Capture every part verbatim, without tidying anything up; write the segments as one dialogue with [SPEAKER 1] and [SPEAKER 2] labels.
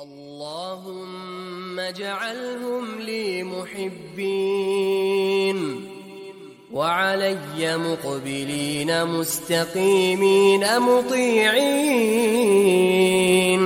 [SPEAKER 1] اللهم اجعلهم لي محبين وعلي مقبلين مستقيمين مطيعين.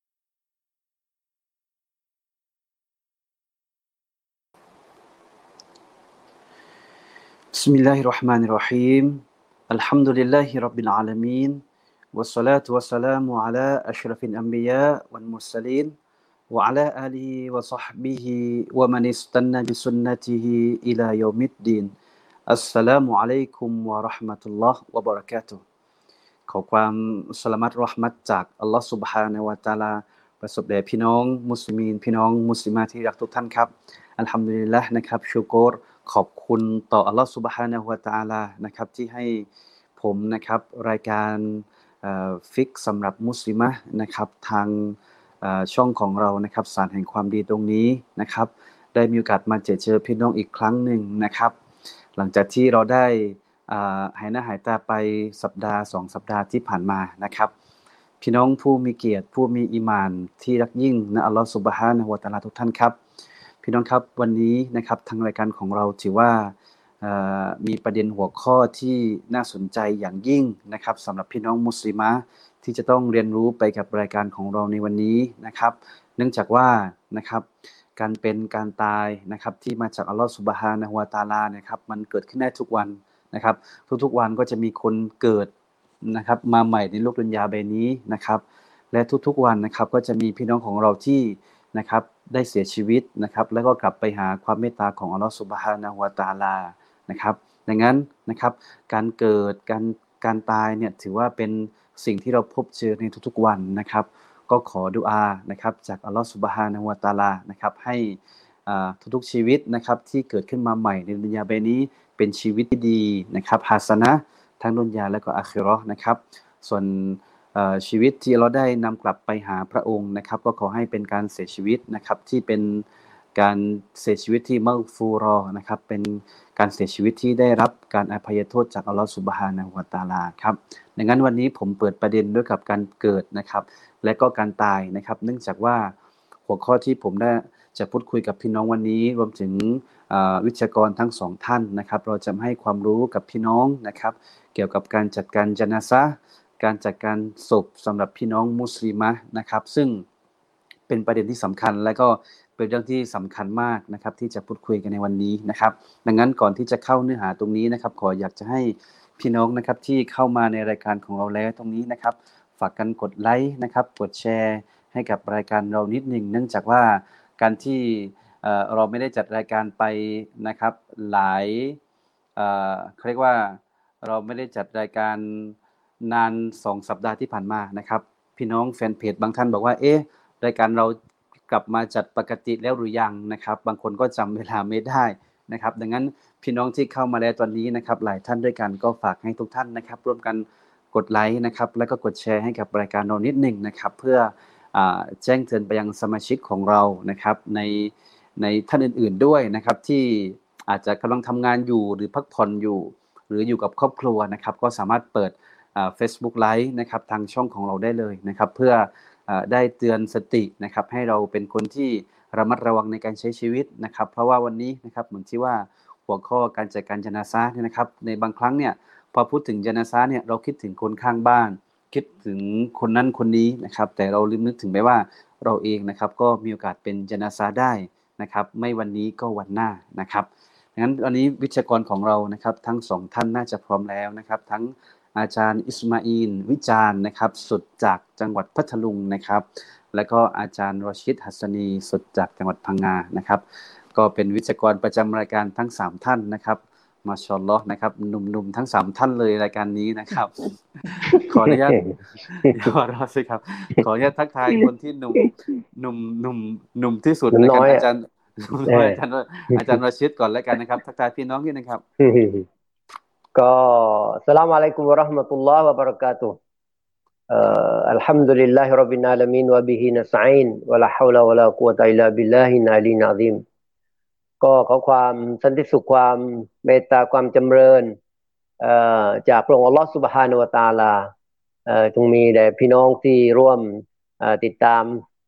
[SPEAKER 2] بسم الله الرحمن الرحيم الحمد لله رب العالمين والصلاة والسلام على أشرف الأنبياء والمرسلين وعلى آله وصحبه ومن استنى بسنته إلى يوم الدين السلام عليكم ورحمة الله وبركاته ขอความสลามะตุเราะห์มัตจากอัลลอฮฺซุบฮานะฮูวะตะอาลาประสบแด่พี่น้องมุสลิมีนพี่น้องมุสลิมาที่รักทุกท่านครับอัลฮัมดุลิลละห์นะครับชูกรขอบคุณต่ออัลลอฮฺซุบฮานะฮูวะตะอาลานะครับที่ให้ผมนะครับรายการเอ่อฟิกสำหรับมุสลิมะห์นะครับทางเอ่อช่องของเรานะครับสารแห่งความดีตรงนี้นะครับได้มีโอกาสมาเจอเจอพี่น้องอีกครั้งหนึ่งนะครับหลังจากที่เราได้อ่าหายหน้าหายตาไปสัปดาห์สองสัปดาห์ที่ผ่านมานะครับพี่น้องผู้มีเกียรติผู้มีอีหม่านที่รักยิ่งนะอัลลอฮฺซุบฮานะฮูวะตะอาลาทุกท่านครับพี่น้องครับวันนี้นะครับทางรายการของเราถือว่ามีประเด็นหัวข้อที่น่าสนใจอย่างยิ่งนะครับสำหรับพี่น้องมุสลิมะที่จะต้องเรียนรู้ไปกับรายการของเราในวันนี้นะครับเนื่องจากว่านะครับการเป็นการตายนะครับที่มาจากอัลลอฮฺซุบฮานะฮูวะตะอาลานะครับมันเกิดขึ้นได้ทุกวันนะครับทุกๆวันก็จะมีคนเกิดนะครับมาใหม่ในโลกดุนยาใบนี้นะครับและทุกๆวันนะครับก็จะมีพี่น้องของเราที่นะครับได้เสียชีวิตนะครับแล้วก็กลับไปหาความเมตตาของอัลลอฮฺซุบฮานะฮูวะตะอาลานะครับดังนั้นนะครับการเกิดการการตายเนี่ยถือว่าเป็นสิ่งที่เราพบเจอในทุกๆวันนะครับก็ขอดุอานะครับจากอัลลอฮฺซุบฮานะฮูวะตะอาลานะครับให้อ่าทุกๆชีวิตนะครับที่เกิดขึ้นมาใหม่ในดุนยาใบนี้เป็นชีวิตที่ดีนะครับฮาสนะห์ทั้งดุนยาและก็อาคิเราะห์นะครับส่วนชีวิตที่เราได้นำกลับไปหาพระองค์นะครับก็ขอให้เป็นการเสียชีวิตนะครับที่เป็นการเสียชีวิตที่มัฆฟูรอนะครับเป็นการเสียชีวิตที่ได้รับการอภัยโทษจากอัลลอฮฺซุบฮานะฮูวะตะอาลาครับดังนั้นวันนี้ผมเปิดประเด็นด้วยกับการเกิดนะครับและก็การตายนะครับเนื่องจากว่าหัวข้อที่ผมได้จะพูดคุยกับพี่น้องวันนี้รวมถึงวิทยากรทั้งสองท่านนะครับเราจะให้ความรู้กับพี่น้องนะครับเกี่ยวกับการจัดการญะนาซะห์การจัดการศพสำหรับพี่น้องมุสลิมะนะครับซึ่งเป็นประเด็นที่สำคัญและก็เป็นเรื่องที่สำคัญมากนะครับที่จะพูดคุยกันในวันนี้นะครับดังนั้นก่อนที่จะเข้าเนื้อหาตรงนี้นะครับขออยากจะให้พี่น้องนะครับที่เข้ามาในรายการของเราแล้วตรงนี้นะครับฝากกันกดไลค์นะครับกดแชร์ให้กับรายการเรานิดนึงเนื่องจากว่าการที่เอ่อเราไม่ได้จัดรายการไปนะครับหลายเอ่อเรียกว่าเราไม่ได้จัดรายการนานสองสัปดาห์ที่ผ่านมานะครับพี่น้องแฟนเพจบางท่านบอกว่าเอ๊ะรายการเรากลับมาจัดปกติแล้วหรือยังนะครับบางคนก็จำเวลาไม่ได้นะครับดังนั้นพี่น้องที่เข้ามาแล้วตอนนี้นะครับหลายท่านด้วยกันก็ฝากให้ทุกท่านนะครับร่วมกันกดไลค์นะครับแล้วก็กดแชร์ให้กับรายการเรานิดนึงนะครับเพื่ออ่าแจ้งเตือนไปยังสมาชิกของเรานะครับในในท่านอื่นๆด้วยนะครับที่อาจจะกำลังทำงานอยู่หรือพักผ่อนอยู่หรืออยู่กับครอบครัวนะครับก็สามารถเปิดอ่า Facebook Live นะครับทางช่องของเราได้เลยนะครับเพื่ออ่าได้เตือนสตินะครับให้เราเป็นคนที่ระมัดระวังในการใช้ชีวิตนะครับเพราะว่าวันนี้นะครับเหมือนที่ว่าหัวข้อการจัดการญะนาซะห์เนี่ยนะครับในบางครั้งเนี่ยพอพูดถึงญะนาซะห์เนี่ยเราคิดถึงคนข้างบ้านคิดถึงคนนั้นคนนี้นะครับแต่เราลืมนึกถึงไปว่าเราเองนะครับก็มีโอกาสเป็นญะนาซะห์ได้นะครับไม่วันนี้ก็วันหน้านะครับดังนั้นวันนี้วิทยากรของเรานะครับทั้งสองท่านน่าจะพร้อมแล้วนะครับทั้งอาจารย์อิสมาอีลวิจารณ์นะครับสุดจากจังหวัดพัทลุงนะครับแล้วก็อาจารย์รอชิดฮัสซานีสุดจากจังหวัดพังงานะครับก็เป็นวิทยากรประจำรายการทั้งสามท่านนะครับมาชาอัลลอฮ์นะครับหนุ่มๆทั้งสามท่านเลยรายการนี้นะครับขออนุญาตขอรอสิครับขออนุญาตทักทายคนที่หนุ่มหนุ่มหนุ่มหนุ่มที่สุดนะครับอาจารย์อาจารย์อาจารย์รอชิดก่อนแล้วกันนะครับทักทายพี่น้องด้วยนะครับ
[SPEAKER 3] ก็อัสสลามุอะลัยกุมวะเราะห์มะตุลลอฮ์วะบะเราะกาตุฮ์เอ่ออัลฮัมดุลิลลาฮิร็อบบิลอาละมีนวะบิฮินัสตะอีนวะลาฮาวละวะลากุวะตะอิลลาบิลลาฮิลอะลียะซีมก็ขอความสันติสุขความเมตตาความจำเริญเอ่อจากพระองค์อัลเลาะห์ซุบฮานะฮูวะตะอาลาเอ่อจงมีแด่พี่น้องที่ร่วมเอ่อติดตาม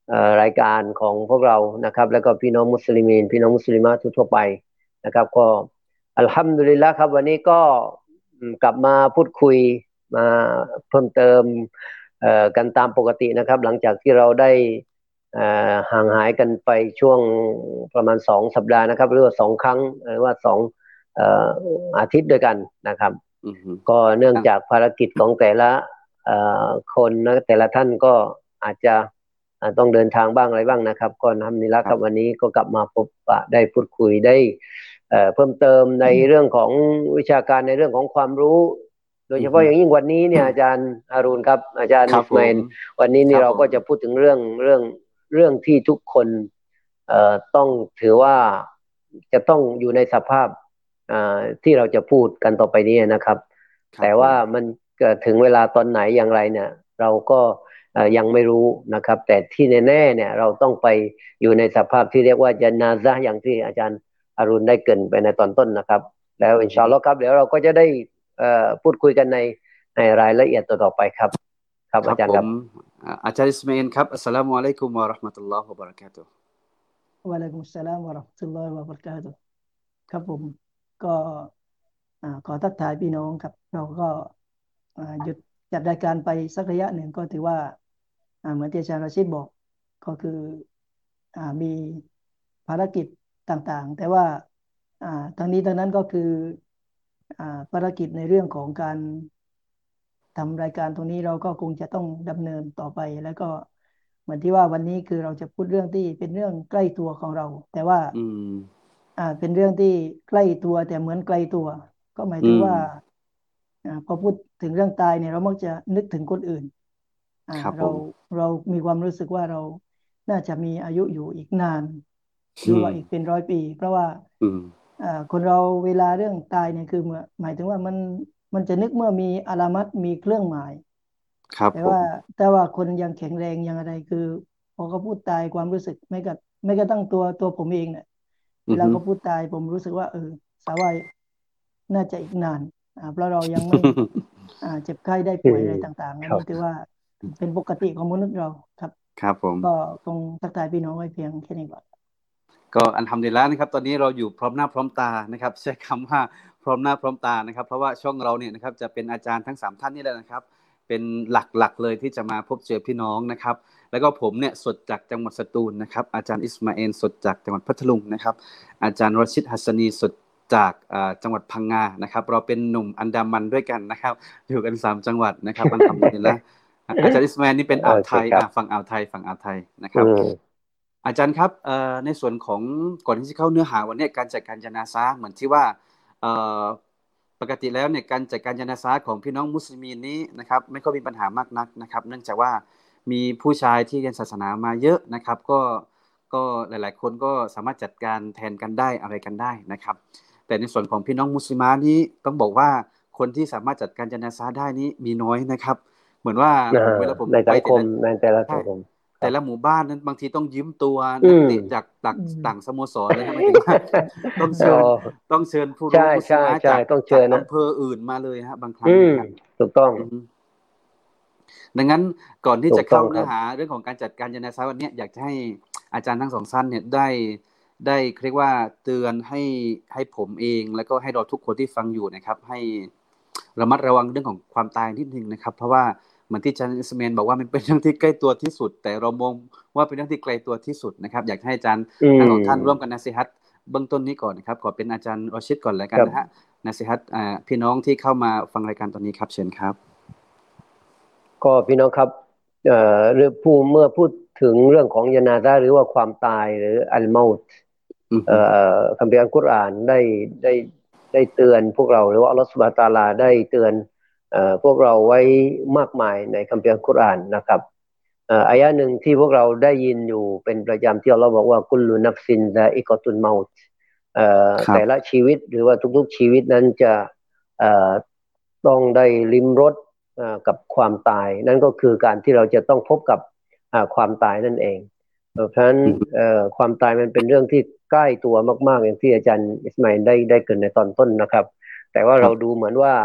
[SPEAKER 3] รายการของพวกเรานะครับแล้วก็พี่น้องมุสลิมีนพี่น้องมุสลิมะทั่วไปนะครับก็อัลฮัมดุลิลละครับวันนี้ก็กลับมาพูดคุยมาเพิ่มเติมกันตามปกตินะครับหลังจากที่เราได้ห่างหายกันไปช่วงประมาณสองสัปดาห์นะครับหรือว่าสองครั้งหรือว่าสองอาทิตย์ด้วยกันนะครับก็เนื่องจากภารกิจของแต่ละคนนะแต่ละท่านก็อาจจะต้องเดินทางบ้างอะไรบ้างนะครับก็ทำนี้ละครับวันนี้ก็กลับมาพบปะได้พูดคุยได้เพิ่มเติมในเรื่องของวิชาการในเรื่องของความรู้โดยเฉพาะอย่างยิ่งวันนี้เนี่ยอาจารย์อารุณครับอาจารย์อิสมาอิลวันนี้นี่เราก็จะพูดถึงเรื่องเรื่องเรื่องที่ทุกคนต้องถือว่าจะต้องอยู่ในสภาพที่เราจะพูดกันต่อไปนี้นะครับแต่ว่ามันเกิดถึงเวลาตอนไหนอย่างไรเนี่ยเราก็ยังไม่รู้นะครับแต่ที่แน่ๆเนี่ยเราต้องไปอยู่ในสภาพที่เรียกว่าญะนาซะห์อย่างที่อาจารย์อรุณได้เกริ่นไปในตอนต้นนะครับแล้วอินชาอัลลอฮ์ครับเดี๋ยวเราก็จะได้พูดคุยกันในในรายละเอียดต่อๆไปครับครับอาจารย์ครับ
[SPEAKER 2] อาจารย์อิสมาอิลครับอัสสลามุอะลัยกุมวะเราะห์มะตุลลอฮ์วะบะเราะกาตุฮ์
[SPEAKER 4] วะอะลัยกุมุสสลามวะเราะห์มะตุลลอฮ์วะบะเราะกาตุฮ์ครับผมก็ขอทักทายพี่น้องครับเราก็หยุดจัดรายการไปสักระยะหนึ่งก็ถือว่าเหมือนที่อาจารย์รอชิดบอกก็คือมีภารกิจต่างๆแต่ว่าทั้งนี้ทั้งนั้นก็คือภารกิจในเรื่องของการทำรายการตรงนี้เราก็คงจะต้องดำเนินต่อไปแล้วก็เหมือนที่ว่าวันนี้คือเราจะพูดเรื่องที่เป็นเรื่องใกล้ตัวของเราแต่ว่าอ่าเป็นเรื่องที่ใกล้ตัวแต่เหมือนไกลตัวก็หมายถึงว่าอ่าพอพูดถึงเรื่องตายเนี่ยเรามักจะนึกถึงคนอื่นอ่าเราเรามีความรู้สึกว่าเราน่าจะมีอายุอยู่อีกนานหรือว่าอีกเป็นร้อยปีเพราะว่าอ่าคนเราเวลาเรื่องตายเนี่ยคือหมายถึงว่ามันมันจะนึกเมื่อมีอะลามัตมีเครื่องหมายแต่ว่าแต่ว่าคนยังแข็งแรงยังอะไรคือพอเขาพูดตายความรู้สึกไม่กับไม่กระทั่งตัวตัวผมเองเนี่ยเวลาเขาพูดตายผมรู้สึกว่าเออสาวายน่าจะอีกนานอ่าเพราะเรายังไม่อ่าเจ็บไข้ได้ป่วยอะไรต่างๆนั่นถือว่าเป็นปกติของมนุษย์เราครับ
[SPEAKER 2] ครับผม
[SPEAKER 4] ก็คงทักทายพี่น้องไว้เพียงแค่นี้ก่อน
[SPEAKER 2] ก็อัลฮัมดุลิลละห์นะครับตอนนี้เราอยู่พร้อมหน้าพร้อมตานะครับใช้คำว่าพร้อมหน้าพร้อมตานะครับเพราะว่าช่องเราเนี่ยนะครับจะเป็นอาจารย์ทั้งสามท่านนี่แหละนะครับเป็นหลักๆเลยที่จะมาพบเจอพี่น้องนะครับแล้วก็ผมเนี่ยสดจากจังหวัดสตูลนะครับอาจารย์อิสมาอิลสดจากจังหวัดพัทลุงนะครับอาจารย์รอชิดฮัสซานีสดจากจังหวัดพังงานะครับเราเป็นหนุ่มอันดามันด้วยกันนะครับอยู่กันสามจังหวัดนะครับอัลฮัมดุลิลละห์อาจารย์อิสมาอิลนี่เป็นอ่าวไทยฝั่งอ่าวไทยฝั่งอ่าวไทยนะครับอาจารย์ครับในส่วนของก่อนที่จะเข้าเนื้อหาวันนี้การจัดการญะนาซะห์เหมือนที่ว่าปกติแล้วเนี่ยการจัดการญะนาซะห์ของพี่น้องมุสลิมีนนี้นะครับไม่ค่อยมีปัญหามากนักนะครับเนื่องจากว่ามีผู้ชายที่เรียนศาสนามาเยอะนะครับก็ก็หลายๆคนก็สามารถจัดการแทนกันได้อะไรกันได้นะครับแต่ในส่วนของพี่น้องมุสลิมานี้ต้องบอกว่าคนที่สามารถจัดการญะนาซะห์ได้นี้มีน้อยนะครับเหมือนว่าเวลาผม
[SPEAKER 3] ไปแต่ละสังคม
[SPEAKER 2] แต่ละหมู่บ้านนั้นบางทีต้องยืมตัวนักเตะจากต่างสโมสรเลยครับหมายถึงว่าต้องเชิญต้องเชิญผู้รู้
[SPEAKER 3] มุสลิมจาก
[SPEAKER 2] อำเภออื่นมาเลยฮะบางครั้ง
[SPEAKER 3] ถูกต้อง
[SPEAKER 2] ดังนั้นก่อนที่จะเข้าเนื้อหาเรื่องของการจัดการญะนาซะห์วันนี้อยากจะให้อาจารย์ทั้งสองท่านเนี่ยได้ได้เรียกว่าเตือนให้ให้ผมเองแล้วก็ให้เราทุกคนที่ฟังอยู่นะครับให้ระมัดระวังเรื่องของความตายนิดนึงนะครับเพราะว่าเหมือนที่อาจารย์อิสมาอิลบอกว่ามันเป็นเรื่องที่ใกล้ตัวที่สุดแต่เรามองว่าเป็นเรื่องที่ไกลตัวที่สุดนะครับอยากให้อาจารย์ทั้งสองท่านร่วมกันนะซิฮัตเบื้องต้นนี้ก่อนนะครับขอเป็นอาจารย์รอชิดก่อนแล้วกันนะฮะนะซิฮัตพี่น้องที่เข้ามาฟังรายการตอนนี้ครับเชิญครับ
[SPEAKER 3] ก็พี่น้องครับเอ่อเรื่องผู้เมื่อพูดถึงเรื่องของญะนาซะห์หรือว่าความตายหรืออัลเมาต์เอ่อคัมภีร์อัลกุรอานได้ได้ได้เตือนพวกเราหรือว่าอัลเลาะห์ซุบฮานะฮูวะตะอาลาได้เตือนเอ่อพวกเราไว้มากมายในคัมภีร์อัลกุรอานนะครับเอ่ออายะห์หนึ่งที่พวกเราได้ยินอยู่เป็นประจำที่อัลเลาะห์บอกว่ากุลลุนัฟซินซาอิกะตุลเมาต์เอ่อแต่ละชีวิตหรือว่าทุกๆชีวิตนั้นจะเอ่อต้องได้ลิ้มรสกับความตายนั่นก็คือการที่เราจะต้องพบกับความตายนั่นเองเพราะฉะนั้นความตายมันเป็นเรื่องที่ใกล้ตัวมากๆอย่างที่อาจารย์อิสมาอิลได้ได้เกริ่นในตอนต้นนะครับแต่ว่าเราดูเหมือนว่า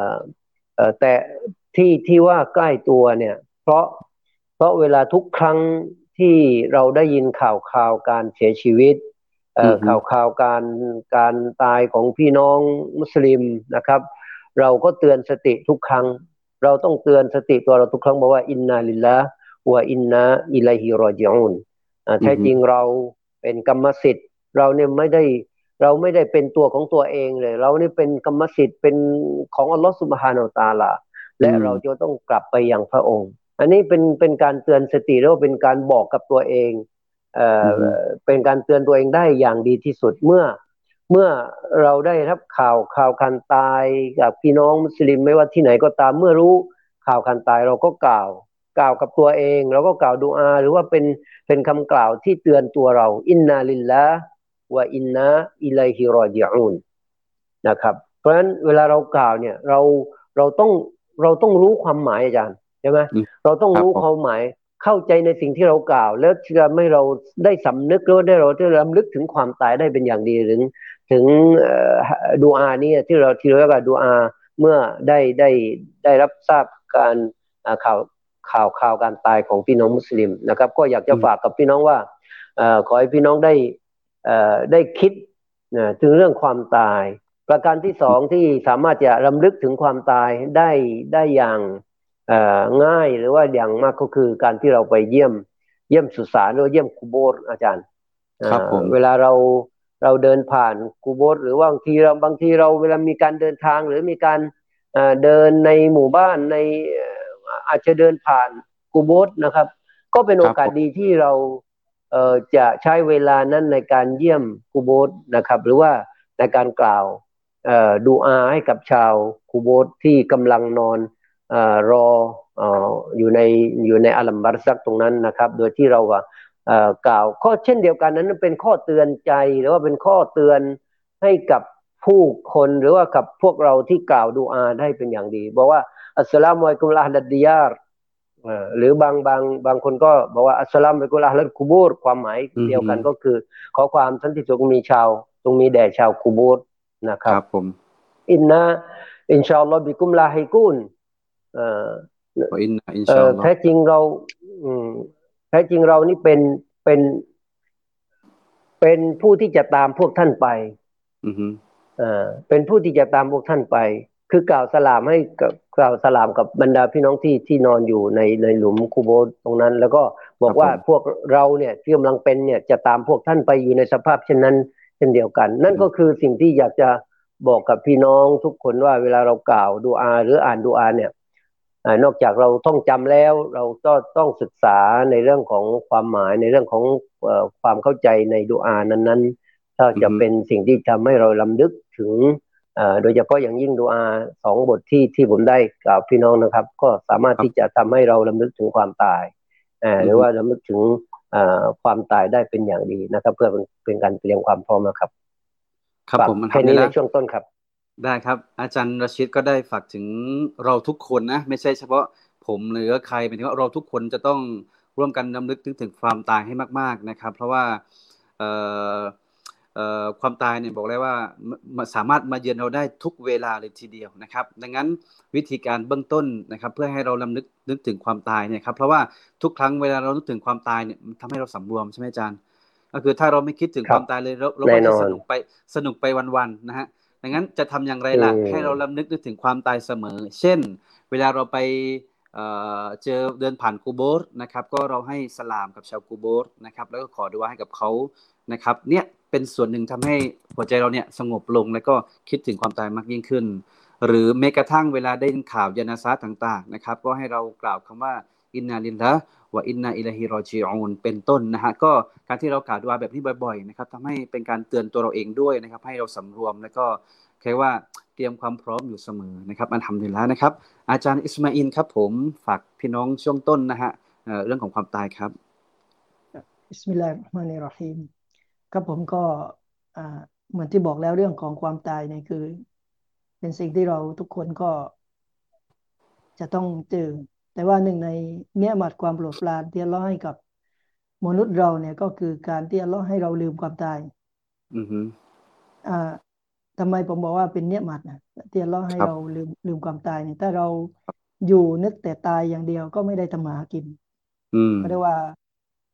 [SPEAKER 3] แต่ที่ที่ว่าใกล้ตัวเนี่ยเพราะเพราะเวลาทุกครั้งที่ที่เราได้ยินข่าวข่าวการเสียชีวิตเอ่อข่าวข่าวการการตายของพี่น้องมุสลิมนะครับเราก็เตือนสติทุกครั้งเราต้องเตือนสติตัวเราทุกครั้งบอกว่าอินนาลิลลาห์วะอินนาอิลัยฮิรอญิอูนแท้จริงเราเป็นกรรมสิทธิ์เราเนี่ยไม่ได้เราไม่ได้เป็นตัวของตัวเองเลยเรานี่เป็นกรรมสิทธิ์เป็นของอัลลอฮฺซุบฮานะฮูวะตะอาลาและเราจะต้องกลับไปยังพระองค์อันนี้เป็นเป็นการเตือนสติหรือว่าเป็นการบอกกับตัวเองเอ่อเป็นการเตือนตัวเองได้อย่างดีที่สุดเมื่อเมื่อเราได้รับข่าวข่าวการตายกับพี่น้องมุสลิมไม่ว่าที่ไหนก็ตามเมื่อรู้ข่าวการตายเราก็กล่าวกล่าวกับตัวเองเราก็กล่าวดุอาหรือว่าเป็นเป็นคำกล่าวที่เตือนตัวเราอินนาลิลลาห์วะอินนาอิลัยฮิรอญิอูนนะครับเพราะฉะนั้นเวลาเรากล่าวเนี่ยเราเราต้องเราต้องรู้ความหมายอาจารย์ใช่ไหมเราต้องรู้ความหมายเข้าใจในสิ่งที่เรากล่าวแล้วจะทำให้เราได้สำนึกหรือได้เราได้รำลึกถึงความตายได้เป็นอย่างดีถึงถึงดูอานี่ที่เราที่เราเรียกว่าดูอาเมื่อได้ได้ได้รับทราบการข่าวข่าวข่าวการตายของพี่น้องมุสลิมนะครับก็อยากจะฝากกับพี่น้องว่าขอให้พี่น้องได้ได้คิดถึงเรื่องความตายประการที่สองที่สามารถจะรำลึกถึงความตายได้ได้อย่างง่ายหรือว่าอย่างมากก็คือการที่เราไปเยี่ยมเยี่ยมสุสานหรือเยี่ยมกุโบร์อาจารย์เวลาเราเราเดินผ่านกุโบร์หรือว่าบางทีเราบางทีเราเวลามีการเดินทางหรือมีการเดินในหมู่บ้านในอาจจะเดินผ่านกุโบร์นะครับก็เป็นโอกาสดีที่เราจะใช้เวลานั้นในการเยี่ยมกุโบร์นะครับหรือว่าในการกล่าวดูอาให้กับชาวกุโบร์ที่กำลังนอนรออยู่ในอยู่ในอัลลัมบาร์ซักตรงนั้นนะครับโดยที่เรากล่าวข้อเช่นเดียวกันนั้นเป็นข้อเตือนใจหรือว่าเป็นข้อเตือนให้กับผู้คนหรือว่ากับพวกเราที่กล่าวดูอาได้เป็นอย่างดีบอกว่าอัสสลามุอะลัยกุมละฮัดดิยาร์หรือบางบางบางคนก็บอกว่าอัสสลามุอะลัยกุมละฮัดกุบูรความหมายเดียวกันก็คือขอความสันติสุขมีชาวตรงมีแด่ชาวกุบูรนะครับครับผมอินนะอินชาอัลลอฮ์บิกุมลาฮิกุนเอ่ออินอินชาอัลลอฮ์แท้จริงเราแท้จริงเรานี่เป็นเป็นเป็นผู้ที่จะตามพวกท่านไปอือฮึเอ่อเป็นผู้ที่จะตามพวกท่านไปคือกล่าวสลามให้กับกล่าวสลามกับบรรดาพี่น้องที่ที่นอนอยู่ในในหลุมคูโบตรงนั้นแล้วก็บอกว่าพวกเราเนี่ยที่กำลังเป็นเนี่ยจะตามพวกท่านไปอยู่ในสภาพเช่นนั้นเช่นเดียวกันนั่นก็คือสิ่งที่อยากจะบอกกับพี่น้องทุกคนว่าเวลาเรากล่าวดูอาหรืออ่านดูอาเนี่ยนอกจากเราท่องจำแล้วเราก็ต้องศึกษาในเรื่องของความหมายในเรื่องของความเข้าใจในดูอานั้นๆถ้าจะเป็นสิ่งที่ทำให้เราลำลึกถึงโดยเฉพาะอย่างยิ่งดูอาสองบทที่ที่ผมได้กล่าวพี่น้องนะครับก็สามารถที่จะทำให้เราลำลึกถึงความตายหรือว่าลำลึกถึงความตายได้เป็นอย่างดีนะครับเพื่อเป็นการเตรียมความพร้อมนะครับครับผมแค่นี้ในช่วงต้นครับ
[SPEAKER 2] ได้ครับอาจารย์รชิดก็ได้ฝากถึงเราทุกคนนะไม่ใช่เฉพาะผมหรือใครหมายถึงว่าเราทุกคนจะต้องร่วมกันรำลึกถึงความตายให้มากๆนะครับเพราะว่าเอ่อเอ่อความตายเนี่ยบอกเลยว่าสามารถมาเยือนเราได้ทุกเวลาเลยทีเดียวนะครับดังนั้นวิธีการเบื้องต้นนะครับเพื่อให้เรารำลึกนึกถึงความตายเนี่ยครับเพราะว่าทุกครั้งเวลาเรานึกถึงความตายเนี่ยมันทำให้เราสำรวมใช่ไหมอาจารย์ก็คือถ้าเราไม่คิดถึงความตายเลยเราเราก็จะสนุกไปสนุกไปวันๆนะฮะดังนั้นจะทำอย่างไรล่ะให้เรารำลึกนึกถึงความตายเสมอเช่นเวลาเราไปเอ่อเจอเดินผ่านกูโบร์นะครับก็เราให้สลามกับชาวกูโบร์นะครับแล้วก็ขอดุอาให้กับเขานะครับเนี่ยเป็นส่วนหนึ่งทำให้หัวใจเราเนี่ยสงบลงแล้วก็คิดถึงความตายมากยิ่งขึ้นหรือแม้กระทั่งเวลาได้ยินข่าวยานาซาต่างๆนะครับก็ให้เรากล่าวคำว่าอินนาลิลลาห์วะอินนาอิลัยฮิรอญิอูนเป็นต้นนะฮะก็การที่เรากล่าวดุอาแบบนี้บ่อยๆนะครับทำให้เป็นการเตือนตัวเราเองด้วยนะครับให้เราสำรวมแล้วก็แค่ว่าเตรียมความพร้อมอยู่เสมอนะครับอัลฮัมดุลิลละห์นะครับอาจารย์อิสมาอินครับผมฝากพี่น้องช่วงต้นนะฮะ เอ่อ เรื่องของความตายครับ
[SPEAKER 4] บิสมิลลาฮิรเราะห์มานิรเราะฮีมครับผมก็เหมือนที่บอกแล้วเรื่องของความตายเนี่ยคือเป็นสิ่งที่เราทุกคนก็จะต้องเจอแต่ว่าหนึ่งในเนื้อหมัดความโปรดปรานที่อัลเลาะห์ให้กับมนุษย์เราเนี่ยก็คือการที่อัลเลาะห์ให้เราลืมความตายอือฮึอ่าทำไมผมบอกว่าเป็นเนื้อหมัดนะที่อัลเลาะห์ให้เราลืมลืมความตายเนี่ยถ้าเราอยู่นึกแต่ตายอย่างเดียวก็ไม่ได้ทำมาหากินอืมก็เรียกว่า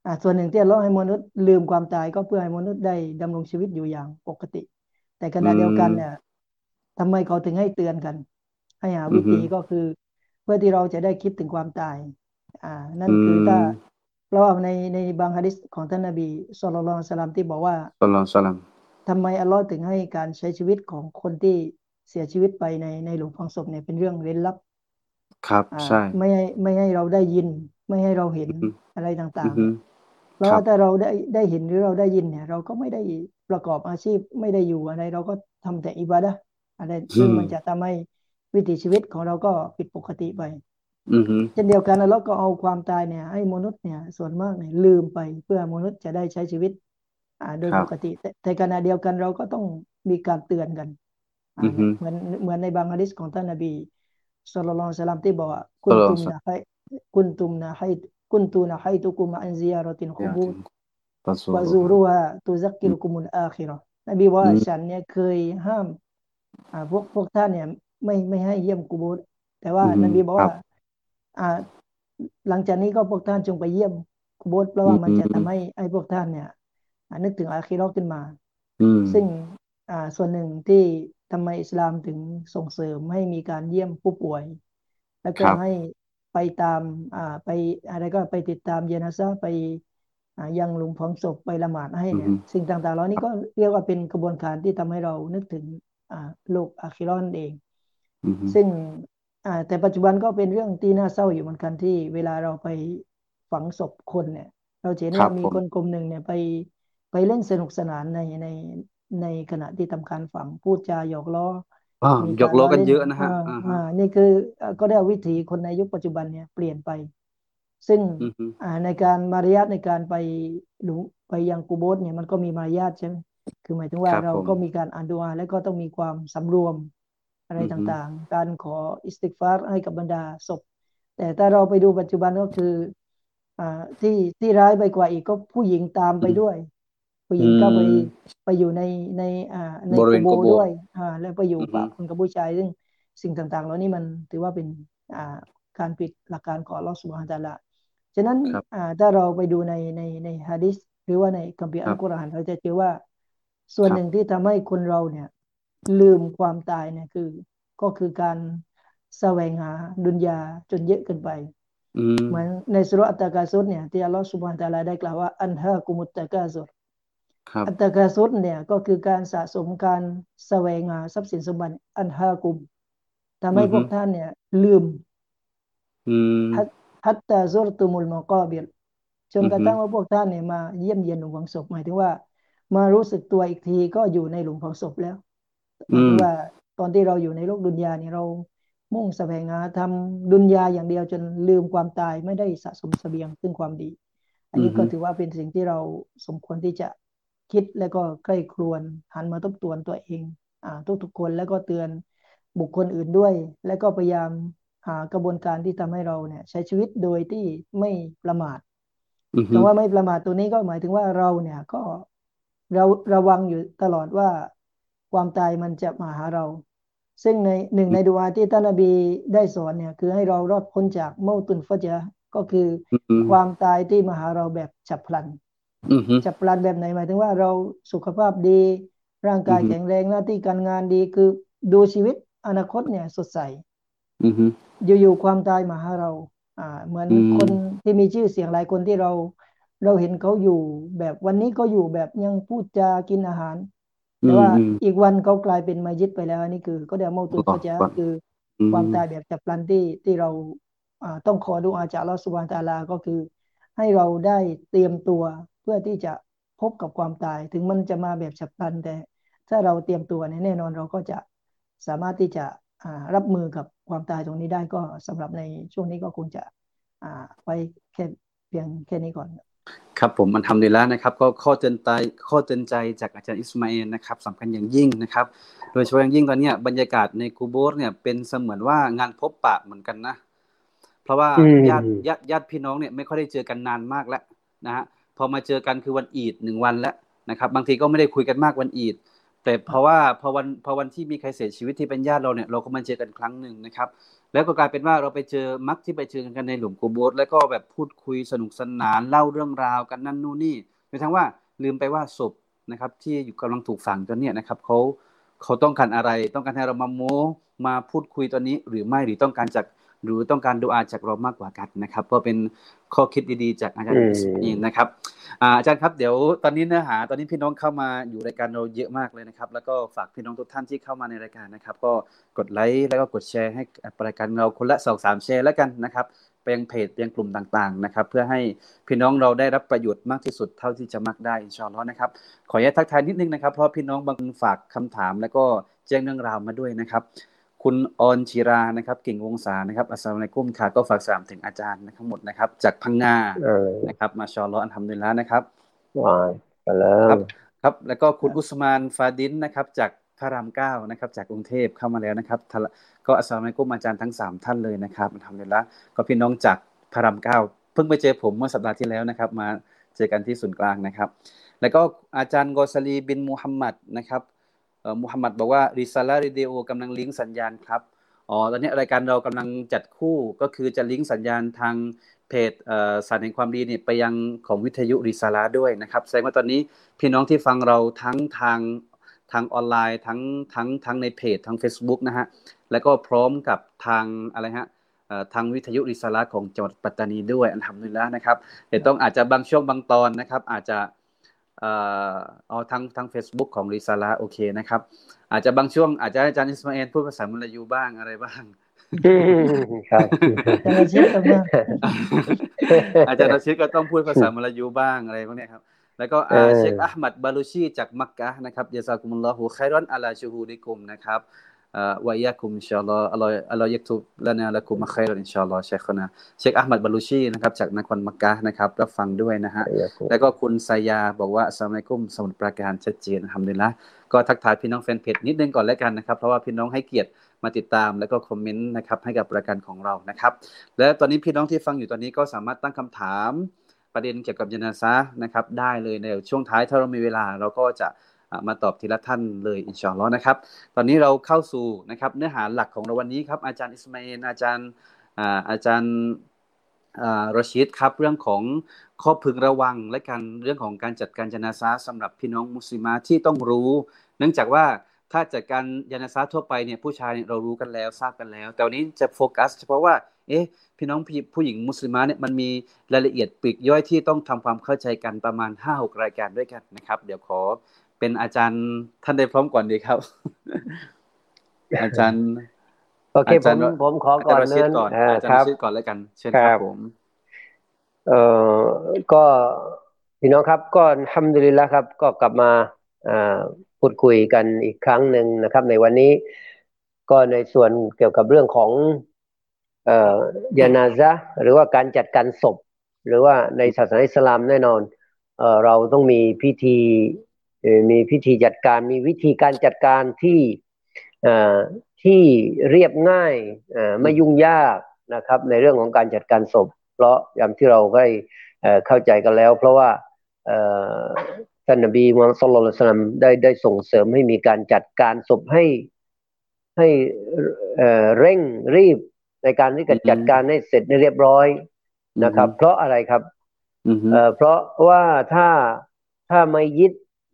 [SPEAKER 4] อ่าส่วนหนึ่งที่อัลเลาะห์ให้มนุษย์ลืมความตายก็เพื่อให้มนุษย์ได้ดำรงชีวิตอยู่อย่างปกติ แต่ข
[SPEAKER 2] อื
[SPEAKER 4] ณะเดียวกัน
[SPEAKER 2] ม
[SPEAKER 4] เนี่ยทำไมเขาถึงให้เตือนกัน ให้หา
[SPEAKER 2] อื
[SPEAKER 4] วิ
[SPEAKER 2] อฮึ
[SPEAKER 4] ธีก็คือ เพื่อที่เราจะได้คิดถึงความตายอ่านั่
[SPEAKER 2] อื
[SPEAKER 4] นคือถ้า
[SPEAKER 2] ม
[SPEAKER 4] เพราะว่าในในบางหะดีษของท่านนบีศ็อลลัลลอฮุอะลัยฮิวะซัลลัมที่บอกว่า
[SPEAKER 2] ศ็อลลัลลอฮุอะลัยฮิวะซัลลัม
[SPEAKER 4] ทำไมอัลเลาะห์ถึงให้การใช้ชีวิตของคนที่เสียชีวิตไปในในหลุมฝังศพเนี่ยเป็นเรื่องเร้นลับ
[SPEAKER 2] ครับ
[SPEAKER 4] อ่า
[SPEAKER 2] ใช่
[SPEAKER 4] ไม่ให้ไม่ให้เราได้ยิน ไม่ให้เราเห็น
[SPEAKER 2] อือฮึ
[SPEAKER 4] อะไรต่า
[SPEAKER 2] อื
[SPEAKER 4] ง
[SPEAKER 2] อ
[SPEAKER 4] ๆ
[SPEAKER 2] ฮึ
[SPEAKER 4] เนี่ย เพราะ
[SPEAKER 2] ครั
[SPEAKER 4] ว่า
[SPEAKER 2] บ
[SPEAKER 4] ถ้าเราได้ได้เห็นหรือเราได้ยินเนี่ย เราก็ไม่ได้ประกอบอาชีพ ไม่ได้อยู่อะไร เราก็ทำแต่อิบาดะห์อะไร
[SPEAKER 2] อื
[SPEAKER 4] ซึ่งมัน
[SPEAKER 2] ม
[SPEAKER 4] จะทำให้วิถีชีวิตของเราก็ผิดปกติไป
[SPEAKER 2] อือฮึ
[SPEAKER 4] เช่นเดียวกัน อัลเลาะห์ก็เอาความตายเนี่ยให้มนุษย์เนี่ยส่วนมากเนี่ยลืมไป เพื่อมนุษย์จะได้ใช้ชีวิต อ่า โดย
[SPEAKER 2] ครั
[SPEAKER 4] ป
[SPEAKER 2] บ
[SPEAKER 4] กติ แต่ในขณะเดียวกันเราก็ต้องมีการเตือนกัน อ่า
[SPEAKER 2] อือ
[SPEAKER 4] เน
[SPEAKER 2] ฮึ
[SPEAKER 4] เหมือน เหมือนในบางหะดีษของท่านนบีศ็อลลัลลอฮุอะลัยฮิวะซัลลัมที่บอกว่า กุ
[SPEAKER 2] ศ็อล
[SPEAKER 4] น
[SPEAKER 2] ลัลลอ
[SPEAKER 4] ตุ
[SPEAKER 2] ฮุ
[SPEAKER 4] ม
[SPEAKER 2] อะ
[SPEAKER 4] นะ ให้ กุนตุมนะให้ กุนตุนะให้ตุกุม อัน ซิยาเราะติล
[SPEAKER 2] อ
[SPEAKER 4] กุ
[SPEAKER 2] ยา
[SPEAKER 4] บู
[SPEAKER 2] ถึ
[SPEAKER 4] ร
[SPEAKER 2] ง ฟะซู
[SPEAKER 4] วะ
[SPEAKER 2] รุ
[SPEAKER 4] ซู
[SPEAKER 2] ฮา
[SPEAKER 4] รุฮา ตุซักกิ
[SPEAKER 2] อืม
[SPEAKER 4] รุกุมุล อาคิเราะห์ นบีบอก
[SPEAKER 2] อื
[SPEAKER 4] ว่า
[SPEAKER 2] ม
[SPEAKER 4] ฉันเนี่ยเคยห้าม อ่า พวก พวกท่านเนี่ยไม่ ไม่ให้เยี่ยมกุโบร์ แต่ว่า
[SPEAKER 2] อือฮึ
[SPEAKER 4] นบีบอกว
[SPEAKER 2] ครั่
[SPEAKER 4] า
[SPEAKER 2] บ
[SPEAKER 4] อ่า หลังจากนี้ก็พวกท่านจงไปเยี่ยมกุโบร์ เพราะ
[SPEAKER 2] อื
[SPEAKER 4] ว่ามันจะทำ
[SPEAKER 2] ม
[SPEAKER 4] ให้ ให้พวกท่านเนี่ย อ่า นึกถึงอาคิเราะห์ขึ้นมา
[SPEAKER 2] อืม
[SPEAKER 4] ซึ่ง อ่า ส่วนหนึ่งที่ทำไมอิสลามถึงส่งเสริมให้มีการเยี่ยมผู้ป่วย แล้ว
[SPEAKER 2] ครับ
[SPEAKER 4] ก็ให้ไปตาม อ่า ไปอะไรก็ไปติดตามญะนาซะห์ ไป อ่า ยังหลุมฝังศพ ไปละหมาดให้
[SPEAKER 2] อือ
[SPEAKER 4] เนี่
[SPEAKER 2] ฮึ
[SPEAKER 4] ย สิ่งต่าง ๆ เหล่านี้ก็เรียกว่าเป็นกระบวนการที่ทำให้เรานึกถึง อ่า โลกอาคิเราะห์นั่นเอง
[SPEAKER 2] อือฮึ
[SPEAKER 4] ซึ่ง อ่า แต่ปัจจุบันก็เป็นเรื่องที่น่าเศร้าอยู่เหมือนกัน ที่เวลาเราไปฝังศพคนเนี่ย เราจะเห็นว่
[SPEAKER 2] ครั
[SPEAKER 4] า
[SPEAKER 2] บ
[SPEAKER 4] มี
[SPEAKER 2] ผม
[SPEAKER 4] คนกลุ่มหนึ่งเนี่ยไป ไปเล่นสนุกสนานใน ใน ในขณะที่ทำการฝัง พูดจาหยอกล้อ
[SPEAKER 2] อา
[SPEAKER 4] มี
[SPEAKER 2] หย
[SPEAKER 4] กา
[SPEAKER 2] อก
[SPEAKER 4] ร
[SPEAKER 2] ล้
[SPEAKER 4] ล
[SPEAKER 2] อ้
[SPEAKER 4] อ
[SPEAKER 2] กั
[SPEAKER 4] เ
[SPEAKER 2] น
[SPEAKER 4] ล่น
[SPEAKER 2] เยอะนะค
[SPEAKER 4] อ
[SPEAKER 2] รับ
[SPEAKER 4] า
[SPEAKER 2] อะ
[SPEAKER 4] อ
[SPEAKER 2] ฮะ
[SPEAKER 4] อ่า นี่คือ อ่า ก็เรียกว่าวิถีคนในยุคปัจจุบันเนี่ยเปลี่ยนไป ซึ่ง
[SPEAKER 2] อือฮึ
[SPEAKER 4] อ่า ในการมารยาทในการไปหลุม ไปยังกุโบร์เนี่ย มันก็มีมารยาท ใช่ไหม คือหมายถึงว่า
[SPEAKER 2] ครับ
[SPEAKER 4] เรา
[SPEAKER 2] ผม
[SPEAKER 4] ก็มีการอ่านดุอา และก็ต้องมีความสำรวม อะไร
[SPEAKER 2] อือ
[SPEAKER 4] ต
[SPEAKER 2] ฮึ
[SPEAKER 4] ่าง ๆ การขออิสติฆฟารให้กับบรรดาศพ แต่ถ้าเราไปดูปัจจุบันก็คือ อ่า ที่ ที่ร้ายไปกว่าอีกก็ผู้หญิงตาม
[SPEAKER 2] อ
[SPEAKER 4] ไปื
[SPEAKER 2] ม
[SPEAKER 4] ด้วย ผู้
[SPEAKER 2] อ
[SPEAKER 4] หืญิงก็ไป
[SPEAKER 2] ม
[SPEAKER 4] ไปอยู่ใน ใน อ่า ในก
[SPEAKER 2] บริเวุณ
[SPEAKER 4] โบร
[SPEAKER 2] กุโบ
[SPEAKER 4] ์ด้
[SPEAKER 2] ร
[SPEAKER 4] วย อ่า แล้วไปอยู่
[SPEAKER 2] อือ
[SPEAKER 4] ป
[SPEAKER 2] ฮึ
[SPEAKER 4] ะปนกับผู้ชาย ซึ่งสิ่งต่าง ๆ เหล่านี้มันถือว่าเป็น อ่า การผิดหลักการของอัลเลาะห์ซุบฮานะฮูวะตะอาลา ฉะนั้น
[SPEAKER 2] ครับ
[SPEAKER 4] อ่า ถ้าเราไปดูใน ใน ในหะดีษ หรือว่าในคัมภีร์
[SPEAKER 2] ค
[SPEAKER 4] อ
[SPEAKER 2] รั
[SPEAKER 4] ัล
[SPEAKER 2] บ
[SPEAKER 4] กุรอาน เราจะเจอว่า ส่ว
[SPEAKER 2] ครับ
[SPEAKER 4] นหนึ่งที่ทำให้คนเราเนี่ยลืมความตายเนี่ย คือ ก็คือการแสวงหาดุนยาจนเยอะเกินไป
[SPEAKER 2] อื
[SPEAKER 4] เหมือน
[SPEAKER 2] ม
[SPEAKER 4] ในซูเราะห์ อัต ตะกาซุร เนี่ย ที่อัลเลาะห์ซุบฮานะฮูวะตะอาลาได้กล่าวว่า อัลฮากุมุต ตะกาซุร
[SPEAKER 2] ครับ
[SPEAKER 4] อัต ตะกาซุร เนี่ย ก็คือการสะสม การแสวงหาทรัพย์สินสมบัติ อัลฮากุม ทำ
[SPEAKER 2] อ
[SPEAKER 4] ให้
[SPEAKER 2] ือ
[SPEAKER 4] พ
[SPEAKER 2] ฮึ
[SPEAKER 4] วกท่านเนี่ยลืม
[SPEAKER 2] อืม
[SPEAKER 4] ฮัต ฮัตตา ซุรตุมุล มะกอบิร จ
[SPEAKER 2] อ
[SPEAKER 4] นื
[SPEAKER 2] อ ฮึ
[SPEAKER 4] กระทั่งว่าพวกท่านเนี่ยมาเยี่ยมเยียนหลุมฝังศพ หมายถึงว่า มารู้สึกตัวอีกทีก็อยู่ในหลุมฝังศพแล้ว ห
[SPEAKER 2] อ
[SPEAKER 4] มืายถึง
[SPEAKER 2] ม
[SPEAKER 4] ว่า ตอนที่เราอยู่ในโลกดุนยาเนี่ย เรามุ่งแสวงหาทำดุนยาอย่างเดียวจนลืมความตาย ไม่ได้สะสมเสบียงซึ่งความดี อัน
[SPEAKER 2] อือ
[SPEAKER 4] นี้ก
[SPEAKER 2] ฮ็ึ
[SPEAKER 4] ถือว่าเป็นสิ่งที่เราสมควรที่จะคิด และก็ใคร่ครวญ หันมาทบทวนตัวเอง อ่า ทุก ๆ คน แล้วก็เตือนบุคคลอื่นด้วย และก็พยายามหากระบวนการที่ทำให้เราเนี่ยใช้ชีวิตโดยที่ไม่ประมาท
[SPEAKER 2] อือ
[SPEAKER 4] ค
[SPEAKER 2] ฮึ
[SPEAKER 4] ำว่าไม่ประมาทตัวนี้ก็หมายถึงว่า เราเนี่ยก็ เราระวังอยู่ตลอดว่าความตายมันจะมาหาเรา ซึ่งใน หนึ่ง
[SPEAKER 2] อือ
[SPEAKER 4] ในดุอาที่ท่านนบีได้สอนเนี่ย คือให้เรารอดพ้นจากเมาตุล ฟัจเราะห์ ก็คือ
[SPEAKER 2] อือ
[SPEAKER 4] ความตายที่มาหาเราแบบฉับพลัน
[SPEAKER 2] อือฮึ
[SPEAKER 4] ฉับพลันแบบไหน หมายถึงว่าเราสุขภาพดี ร่าง
[SPEAKER 2] อ
[SPEAKER 4] กืา
[SPEAKER 2] อฮึ
[SPEAKER 4] ยแข็งแรง หน้าที่การงานดี คือดูชีวิตอนาคตเนี่ยสดใส
[SPEAKER 2] อือฮึ
[SPEAKER 4] อยู่ ๆ ความตายมาหาเรา อ่า เหมือน
[SPEAKER 2] อื
[SPEAKER 4] คน
[SPEAKER 2] ม
[SPEAKER 4] ที่มีชื่อเสียงหลายคนที่เรา เราเห็นเขาอยู่แบบวันนี้ก็อยู่แบบยังพูดจากินอาหาร
[SPEAKER 2] อื
[SPEAKER 4] แต่ว่า
[SPEAKER 2] ม ๆ
[SPEAKER 4] อีกวันเขากลายเป็นมัยยิตไปแล้ว อันนี้คือเขาเรียกว่าเมาตุล
[SPEAKER 2] อัลลอฮ
[SPEAKER 4] ฟัจเราะห์
[SPEAKER 2] ุ
[SPEAKER 4] คือ
[SPEAKER 2] อื
[SPEAKER 4] ความต
[SPEAKER 2] ม
[SPEAKER 4] ายแบบฉับพลันที่ ที่เรา อ่า ต้องขอดุอาจากอัลเลาะห์ซุบฮานะฮูวะตะอาลา ก็คือให้เราได้เตรียมตัวเพื่อที่จะพบกับความตาย ถึงมันจะมาแบบฉับพลัน แต่ถ้าเราเตรียมตัวเนี่ย แน่นอนเราก็จะสามารถที่จะ อ่า รับมือกับความตายตรงนี้ได้ ก็สำหรับในช่วงนี้ก็คงจะ อ่า ไว้แค่ เพียงแค่นี้ก่อน
[SPEAKER 2] ครับผม อัลฮัมดุลิลลาห์นะครับ ก็ข้อเตือนใจ ข้อเตือนใจจากอาจารย์อิสมาอีลนะครับสำคัญอย่างยิ่งนะครับ โดยเฉพาะอย่างยิ่งตอนเนี้ยบรรยากาศในกุโบร์เนี่ยเป็นเสมือนว่างานพบปะเหมือนกันนะ เพราะว่า
[SPEAKER 3] อืม
[SPEAKER 2] ญาติ ญาติ ญาติพี่น้องเนี่ยไม่ค่อยได้เจอกันนานมากแล้วนะครับ พอมาเจอกันคือวันอีดหนึ่งวันแล้วนะครับ บางทีก็ไม่ได้คุยกันมากวันอีด แต่เพราะว่าพอวัน พอวันที่มีใครเสียชีวิตที่เป็นญาติเราเนี่ย เราก็มาเจอกันครั้งหนึ่งนะครับแล้วก็กลายเป็นว่าเราไปเจอมักที่ไปเจอกันในหลุมกูโบสแล้วก็แบบพูดคุยสนุกสนานเล่าเรื่องราวกันนั่นนู่นนี่โดยทั้งว่าลืมไปว่าศพนะครับที่อยู่กำลังถูกฝังตอนนี้นะครับเขาเขาต้องการอะไรต้องการให้เรามาโม้มาพูดคุยตอนนี้หรือไม่หรือต้องการจากหรือต้องการดุอาจากเรามากกว่ากันนะครับก็เป็นข้อคิดดีๆจากอาจารย์อิสมาอีลนะครับอาจารย์ครับเดี๋ยวตอนนี้เนื้อหาตอนนี้พี่น้องเข้ามาอยู่รายการเราเยอะมากเลยนะครับแล้วก็ฝากพี่น้องทุกท่านที่เข้ามาในรายการนะครับก็กดไลค์แล้วก็กดแชร์ให้รายการเราคนละ สองถึงสาม แชร์แล้วกันนะครับไปยังเพจไปยังกลุ่มต่างๆนะครับเพื่อให้พี่น้องเราได้รับประโยชน์มากที่สุดเท่าที่จะมักได้อินชาอัลเลาะห์นะครับขออนุญาตทักทายนิดนึงนะครับเพราะพี่น้องบางคนฝากคำถามแล้วก็แจ้งเรื่องราวมาด้วยนะครับคุณออนชิรานะครับกิ่งวงศานะครับอัสสลามุอะลัยกุมค่ะก็ฝากสลามถึงอาจารย์ทั้งหมดนะครับจากพังงานะครับมาชาอัลเลาะห์อัลฮัมดุลิลละห์นะครับ
[SPEAKER 3] ว้าว
[SPEAKER 2] ครับครับแล้วก็คุณอุสมานฟาดินนะครับจากพระรามเก้านะครับจากกรุงเทพเข้ามาแล้วนะครับก็อัสสลามุอะลัยกุมอาจารย์ทั้งสามท่านเลยนะครับอัลฮัมดุลิลละห์ก็พี่น้องจากพระรามเก้าเพิ่งไปเจอผมเมื่อสัปดาห์ที่แล้วนะครับมาเจอกันที่ศูนย์กลางนะครับแล้วก็อาจารย์กอซาลีบินมุฮัมมัดนะครับเอ่อมุฮัมมัดบอกว่าริซาละห์เรดิโอกำลังลิงก์สัญญาณครับอ๋อตอนนี้รายการเรากำลังจัดคู่ก็คือจะลิงก์สัญญาณทางเพจเอ่อสารแห่งความดีเนี่ยไปยังของวิทยุริซาละห์ด้วยนะครับแสดงว่าตอนนี้พี่น้องที่ฟังเราทั้งทางทางออนไลน์ทั้งทั้งทั้งในเพจทาง Facebook นะฮะแล้วก็พร้อมกับทางอะไรฮะเอ่อทางวิทยุริซาละห์ของจังหวัดปัตตานีด้วยอัลฮัมดุลิลละห์นะครับเดี๋ยวต้องอาจจะบางช่วงบางตอนนะครับอาจจะเอ่อเอาทางทาง Facebook ของริซาละห์โอเคนะครับอาจจะบางช่วงอาจจะอาจารย์อิสมาเอลพูดภาษามลายูบ้างอะไรบ้าง
[SPEAKER 3] ครับ
[SPEAKER 4] อาจารย์รชิดก็บ้าง
[SPEAKER 2] อาจารย์รชิดก็ต้องพูดภาษามลายูบ้างอะไรพวกนี้ครับแล้วก็เชคอะห์มัดบาลูชีจากมักกะฮ์นะครับยะซากุมุลลอฮุค็อยรอนอะลาชูฮูดิกุมนะครับวะอียากุมอินชาอัลลอฮ์อัลลอฮ์อัลลอฮ์ยักตุบละนาละกุมค็อยรอนอินชาอัลลอฮ์เชคนะเชคอะห์มัดบาลูชีนะครับจากนครมักกะฮ์นะครับรับฟังด้วยนะฮะแล้วก็คุณไซยาบอกว่าอัสสลามุอะลัยกุมสมุทรปราการชัดเจนอัลฮัมดุลิลละห์ก็ทักทายพี่น้องแฟนเพจนิดนึงก่อนแล้วกันนะครับเพราะว่าพี่น้องให้เกียรติมาติดตามแล้วก็คอมเมนต์นะครับให้กับรายการของเรานะครับและตอนนี้พี่น้องที่ฟังอยู่ตอนนี้ก็สามารถตั้งคำถามประเด็นเกี่ยวกับญะนาซะห์นะครับได้เลยในช่วงท้ายถ้าเรามีเวลาเราก็จะมาตอบทีละท่านเลยอินชาอัลเลาะห์นะครับตอนนี้เราเข้าสู่นะครับเนื้อหาหลักของเราวันนี้ครับอาจารย์อิสมาอีลอาจารย์อ่าอาจารย์อ่ารอชีดครับเรื่องของข้อพึงระวังและการเรื่องของการจัดการญะนาซะห์สำหรับพี่น้องมุสลิมะที่ต้องรู้เนื่องจากว่าถ้าจัดการญะนาซะห์ทั่วไปเนี่ยผู้ชายเรารู้กันแล้วทราบกันแล้วแต่วันนี้จะโฟกัสเฉพาะว่าเอ๊ะพี่น้องผู้หญิงมุสลิมะเนี่ยมันมีรายละเอียดปลีกย่อยที่ต้องทำความเข้าใจกันประมาณ ห้าหก รายการด้วยกันนะครับเดี๋ยวขอเป็นอาจารย์ท่านใดพร้อมก่อนดีครับอาจารย์
[SPEAKER 3] โอเคผมผมขอก่อนเนิน
[SPEAKER 2] อาจารย์ชื่อก่อนแล้วกันเชิญครับผม
[SPEAKER 3] เอ่อก็พี่น้องครับก็อัลฮัมดุลิลละห์ครับก็กลับมาพูดคุยกันอีกครั้งหนึ่งนะครับในวันนี้ก็ในส่วนเกี่ยวกับเรื่องของเอ่อยานาซะห์หรือว่าการจัดการศพหรือว่าในศาสนาอิสลามแน่นอนเอ่อเราต้องมีพิธีมีพิธีจัดการมีวิธีการจัดการที่เอ่อที่เรียบง่ายเอ่อไม่ยุ่งยากนะครับในเรื่องของการจัดการศพเพราะอย่างที่เราได้เข้าใจกันแล้วเพราะว่าท่านนบีมุฮัมมัด ศ็อลลัลลอฮุอะลัยฮิวะซัลลัมได้ได้ส่งเสริมให้มีการจัดการศพให้ให้เร่งรีบในการที่จะจัดการให้เสร็จเรียบร้อยนะครับเพราะอะไรครับเพราะว่าถ้าถ้าไม่ยึด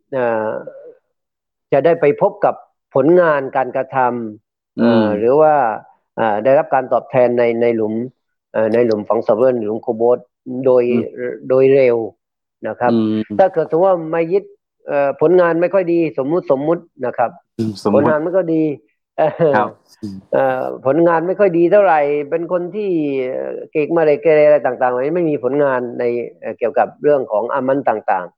[SPEAKER 3] จะได้ไปพบกับผลงานการกระทำหรือว่าได้รับการตอบแทนในในหลุมในหลุมฝังศพหรือหลุมโคโบสโดยโดยเร็วนะครับถ้าเกิดสมมติว่าไม่ยึดผลงานไม่ค่อยดีสมมุติสมมุตินะครับผลงานไม่ค่อยดีผลงานไม่ค่อยดีเท่าไหร่เป็นคนที่เกกมาเลยเกเรอะไรต่างๆไม่มีผลงานในเกี่ยวกับเรื่องของอามันต่าง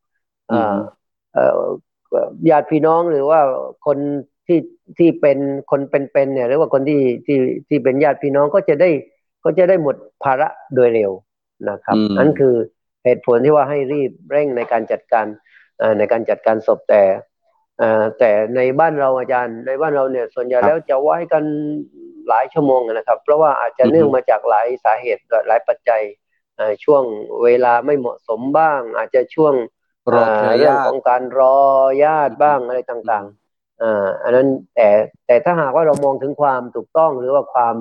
[SPEAKER 3] ๆญาติพี่น้องหรือว่าคนที่ที่เป็นคนเป็นๆเนี่ยหรือว่าคนที่ที่ที่เป็นญาติพี่น้องก็จะได้ก็จะได้หมดภาระโดยเร็วนะครับนั่นคือเหตุผลที่ว่าให้รีบเร่งในการจัดการในการจัดการศพแต่แต่ในบ้านเราอาจารย์ในบ้านเราเนี่ยส่วนใหญ่แล้วจะไว้กันหลายชั่วโมงนะครับเพราะว่าอาจจะเนื่องมาจากหลายสาเหตุหลายปัจจัยช่วงเวลาไม่เหมาะสมบ้างอาจจะช่วงเรื่องของการรอญาติบ้างอะไรต่างๆอันนั้นแต่แต่ถ้าหากว่าเรามองถึงความถูกต้องหรือว่าความ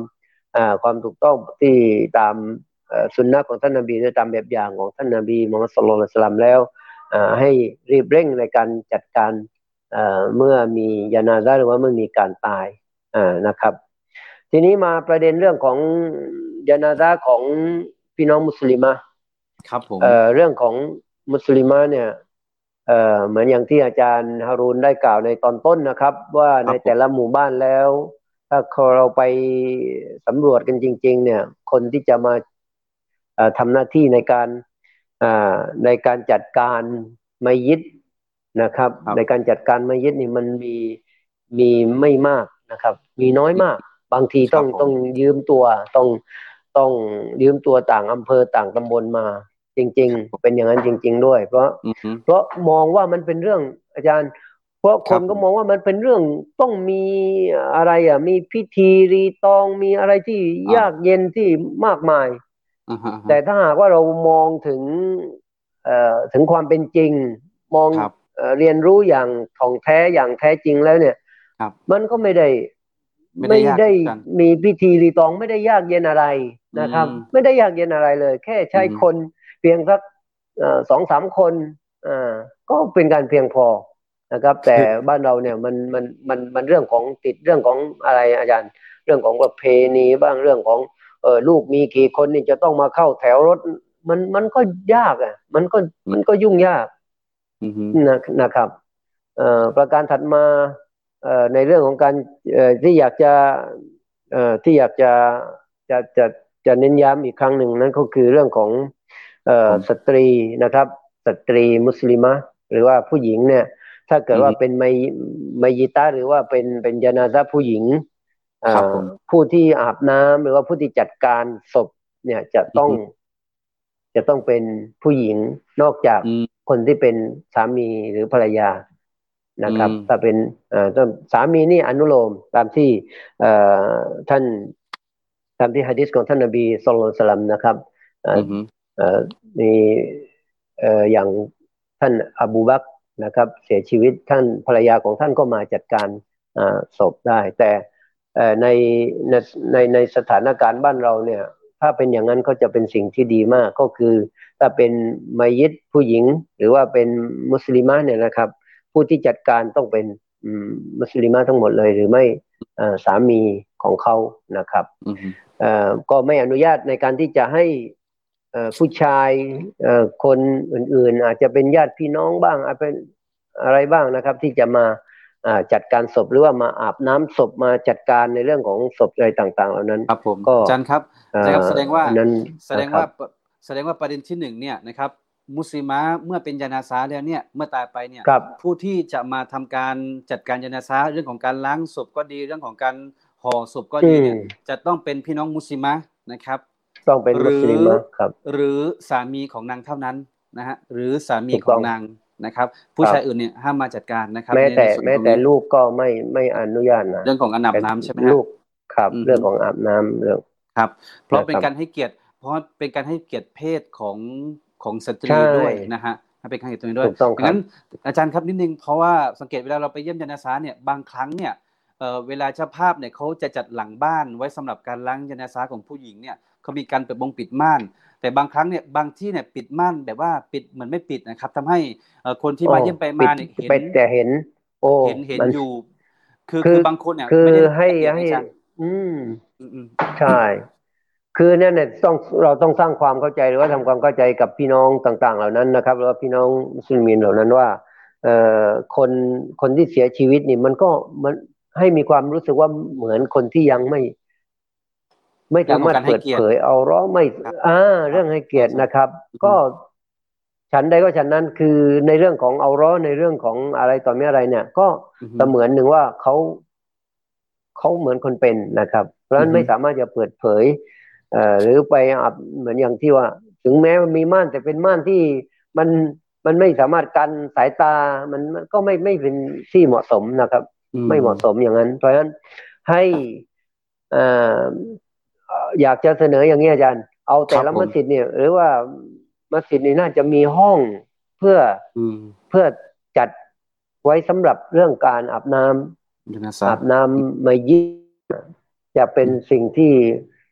[SPEAKER 3] อ่าความถูกต้องที่ตามสุนนะของท่านนบีตามแบบอย่างของท่านนบีมุฮัมมัดศ็อลลัลลอฮุอะลัยฮิวะซัลลัมแล้วให้รีบเร่งในการจัดการเมื่อมีญานาซะห์หรือว่าเมื่อมีการตายนะครับทีนี้มาประเด็นเรื่องของญานาซะห์ของพี่น้องมุสลิมะ
[SPEAKER 2] ครับผม
[SPEAKER 3] เรื่องของมุสลิมะเนี่ยเอ่อเหมือนอย่างที่อาจารย์ฮารูนได้กล่าวในตอนต้นนะครับว่าในแต่ละหมู่บ้านแล้วถ้าเราไปสำรวจกันจริงๆเนี่ยคนที่จะมาทำหน้าที่ในการในการจัดการมัยยิตนะครับในการจัดการมัยยิตนี่มันมีมีไม่มากนะครับมีน้อยมากบางทีต้องต้องยืมตัวต้องต้องยืมตัวต่างอำเภอต่างตำบลมาจริงๆเป็นอย่างนั้นจริงๆด้วยเพราะเพราะมองว่ามันเป็นเรื่องอาจารย์เพราะคนก็มองว่ามันเป็นเรื่องต้องมีอะไรอ่ะมีพิธีรีตองมีอะไรที่ยากเย็นที่มากมายแต่ถ้าหากว่าเรามองถึงเอ่อถึงความเป็นจริงมองเอ่อเรียนรู้อย่างท่องแท้อย่างแท้จริงแล้วเนี่ยมันก็ไม่ได้ไม่ได้มีพิธีรีตองไม่ได้ยากเย็นอะไรนะครับไม่ได้ยากเย็นอะไรเลยแค่ใช้คนเพียงสักสองสามคนอ่าก็เป็นการเพียงพอนะครับแต่บ้านเราเนี่ยมันมันมันมันเรื่องของติดเรื่องของอะไรอาจารย์เรื่องของประเพณีบ้างเรื่องของเออลูกมีกี่คนนี่จะต้องมาเข้าแถวรถมันมันก็ยากอ่ะมันก็มันก็ยุ่งยากนะนะครับเอ่อประการถัดมาเอ่อในเรื่องของการเอ่อที่อยากจะเอ่อที่อยากจะจะจะจะเน้นย้ำอีกครั้งหนึ่งนั่นก็คือเรื่องของเอ่อสตรีนะครับสตรีมุสลิมะหรือว่าผู้หญิงเนี่ยถ้าเกิดว่าเป็นไมมัยยิตะหรือว่าเป็นเป็นญานาซะห์ผู้หญิงผู้ที่อาบน้ำหรือว่าผู้ที่จัดการศพเนี่ยจะต้องจะต้องเป็นผู้หญิงนอกจากคนที่เป็นสามีหรือภรรยานะครับถ้าเป็นสามีนี่อนุโลมตามที่ท่านตามที่หะดีษของท่านนบีศ็อลลัลลอฮุอะลัยฮิวะซัลลัมนะครับมีอย่างท่านอบูบักรนะครับเสียชีวิตท่านภรรยาของท่านก็มาจัดการศพได้แต่ในในในสถานการณ์บ้านเราเนี่ยถ้าเป็นอย่างนั้นก็จะเป็นสิ่งที่ดีมากก็คือถ้าเป็นมัยยิตผู้หญิงหรือว่าเป็นมุสลิมะเนี่ยนะครับผู้ที่จัดการต้องเป็นมุสลิมะทั้งหมดเลยหรือไม่สามีของเขานะครับก็ไม่อนุญาตในการที่จะให้ผู้ชายคนอื่นๆอาจจะเป็นญาติพี่น้องบ้างอาจเป็นอะไรบ้างนะครับที่จะมาจัดการศพหรือว่ามาอาบน้ำศพมาจัดการในเรื่องของศพอะไรต่างๆเหล่านั้น
[SPEAKER 2] ครับผมอาจารย์ครับอาจารย์ครับแสดงว่าแสดงว่าแสดงว่าประเด็นที่หนึ่งเนี่ยนะครับมุสลิมะเมื่อเป็นญานาซะห์แล้วเนี่ยเมื่อตายไปเนี่ยผู้ที่จะมาทำการจัดการญานาซะห์เรื่องของการล้างศพก็ดีเรื่องของการห่อศพก็ดีเนี่ยจะต้องเป็นพี่น้องมุสลิมะนะครับ
[SPEAKER 3] ต้องเป็นมุสลิมะครับ
[SPEAKER 2] หรือสามีของนางเท่านั้นนะฮะหรือสามีของนางนะครับผู้ชายอื่นเนี่ยห้ามมาจัดการนะครับ
[SPEAKER 3] แม้แต่แม้แต่ลูกก็ไม่ไม่อนุญาตนะ
[SPEAKER 2] เรื่องของการอาบน้ำใช่ไหมครับ
[SPEAKER 3] ลูกครับเรื่องของอาบน้ำเรื่อง
[SPEAKER 2] ครับเพราะเป็นการให้เกียรติเพราะเป็นการให้เกียรติเพศของของสตรีด้วยนะฮะเป็นการให้เกียรติตรงนี้ด้วยดังนั้นอาจารย์ครับนิดนึงเพราะว่าสังเกตเวลาเราไปเยี่ยมญานาซะห์เนี่ยบางครั้งเนี่ยเอ่อเวลาเจ้าภาพเนี่ยเขาจะจัดหลังบ้านไว้สำหรับการล้างญานาซะห์ของผู้หญิงเนี่ยเขามีการเปิดบงปิดม่านแต่บางครั้งเนี่ยบางที่เนี่ยปิดม่านแบบว่าปิดเหมือนไม่ปิดนะครับทำให้คนที่มาเยี่ยมไปมาเนี่ยเห็น
[SPEAKER 3] แต่เห็นโอ้
[SPEAKER 2] เห็นเห็นอยู่คือคือบางคนเนี่ย
[SPEAKER 3] ไม่ได้ให้ให้อืมใช่คือเนี่ยเนี่ยต้องเราต้องสร้างความเข้าใจหรือว่าทำความเข้าใจกับพี่น้องต่างๆเหล่านั้นนะครับหรือว่าพี่น้องมุสลิมเหล่านั้นว่าเอ่อคนคนที่เสียชีวิตนี่มันก็มันให้มีความรู้สึกว่าเหมือนคนที่ยังไม่ไม่สามารถเปิดเผยเอาร้องไม่อ่าเรื่องให้เกียรตินะครับก็ฉันใดก็ฉันนั้นคือในเรื่องของเอาร้อในเรื่องของอะไรต่อไม่อะไรเนี่ยก็เสมือนหนึ่งว่าเขาเขาเหมือนคนเป็นนะครับเพราะฉะนั้นไม่สามารถจะเปิดเผยเอ่อหรือไปอับเหมือนอย่างที่ว่าถึงแม้มันมีม่านแต่เป็นม่านที่มันมันไม่สามารถกันสายตามันก็ไม่ไม่เป็นที่เหมาะสมนะครับไม่เหมาะสมอย่างนั้นเพราะฉะนั้นให้อ่าอยากจะเสนออย่างนี้อาจารย์เอาแต่ละมัสยิดเนี่ยหรือว่ามัสยิดนี่น่าจะมีห้องเพื่อเพื่อจัดไว้สำหรับเรื่องการอาบน้ำอาบน้ำมัยยิตจะเป็นสิ่งที่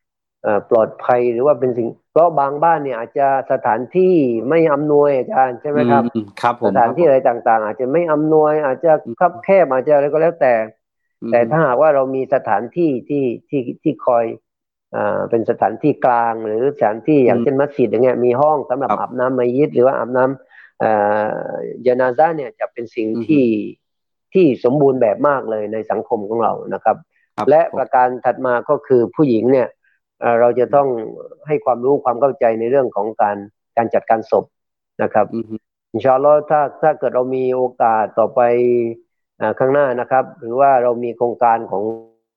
[SPEAKER 3] ปลอดภัยหรือว่าเป็นสิ่งเพราะบางบ้านเนี่ยอาจจะสถานที่ไม่อำนวยอาจารย์ใช่ไหม
[SPEAKER 2] อืม
[SPEAKER 3] ครับ
[SPEAKER 2] ครับผ
[SPEAKER 3] สถานที่
[SPEAKER 2] มครับผม
[SPEAKER 3] อะไรต่างๆอาจจะไม่อำนวยอาจจะ
[SPEAKER 2] อื
[SPEAKER 3] คับ
[SPEAKER 2] ม
[SPEAKER 3] แคบอาจจะอะไรก็แล้วแต่
[SPEAKER 2] อื
[SPEAKER 3] แต่ถ้า
[SPEAKER 2] ม
[SPEAKER 3] หากว่าเรามีสถานที่ที่ที่ที่คอยอ่าเป็นสถานที่กลางหรือสถานที่
[SPEAKER 2] อื
[SPEAKER 3] อย่างเช่น
[SPEAKER 2] ม
[SPEAKER 3] มัสยิดอย่างเงี้ยมีห้องสำหรับอาบ
[SPEAKER 2] ครับ
[SPEAKER 3] น้ำมัสยิดหรือว่าอาบน้ำอ่ายานาซะเนี่ยจะเป็นสิ่ง
[SPEAKER 2] อื
[SPEAKER 3] ที่
[SPEAKER 2] ม
[SPEAKER 3] ที่สมบูรณ์แบบมากเลยในสังคมของเรานะครับ
[SPEAKER 2] ครับ
[SPEAKER 3] และ
[SPEAKER 2] ผม
[SPEAKER 3] ประการถัดมาก็คือผู้หญิงเนี่ย เอ่อเราจะต้องให้ความรู้ความเข้าใจในเรื่องของการการจัดการศพนะครับ
[SPEAKER 2] อืม
[SPEAKER 3] อินชาอัลลอฮ์ถ้าถ้าเกิดเรามีโอกาสต่อไปอ่าข้างหน้านะครับหรือว่าเรามีโครงการของ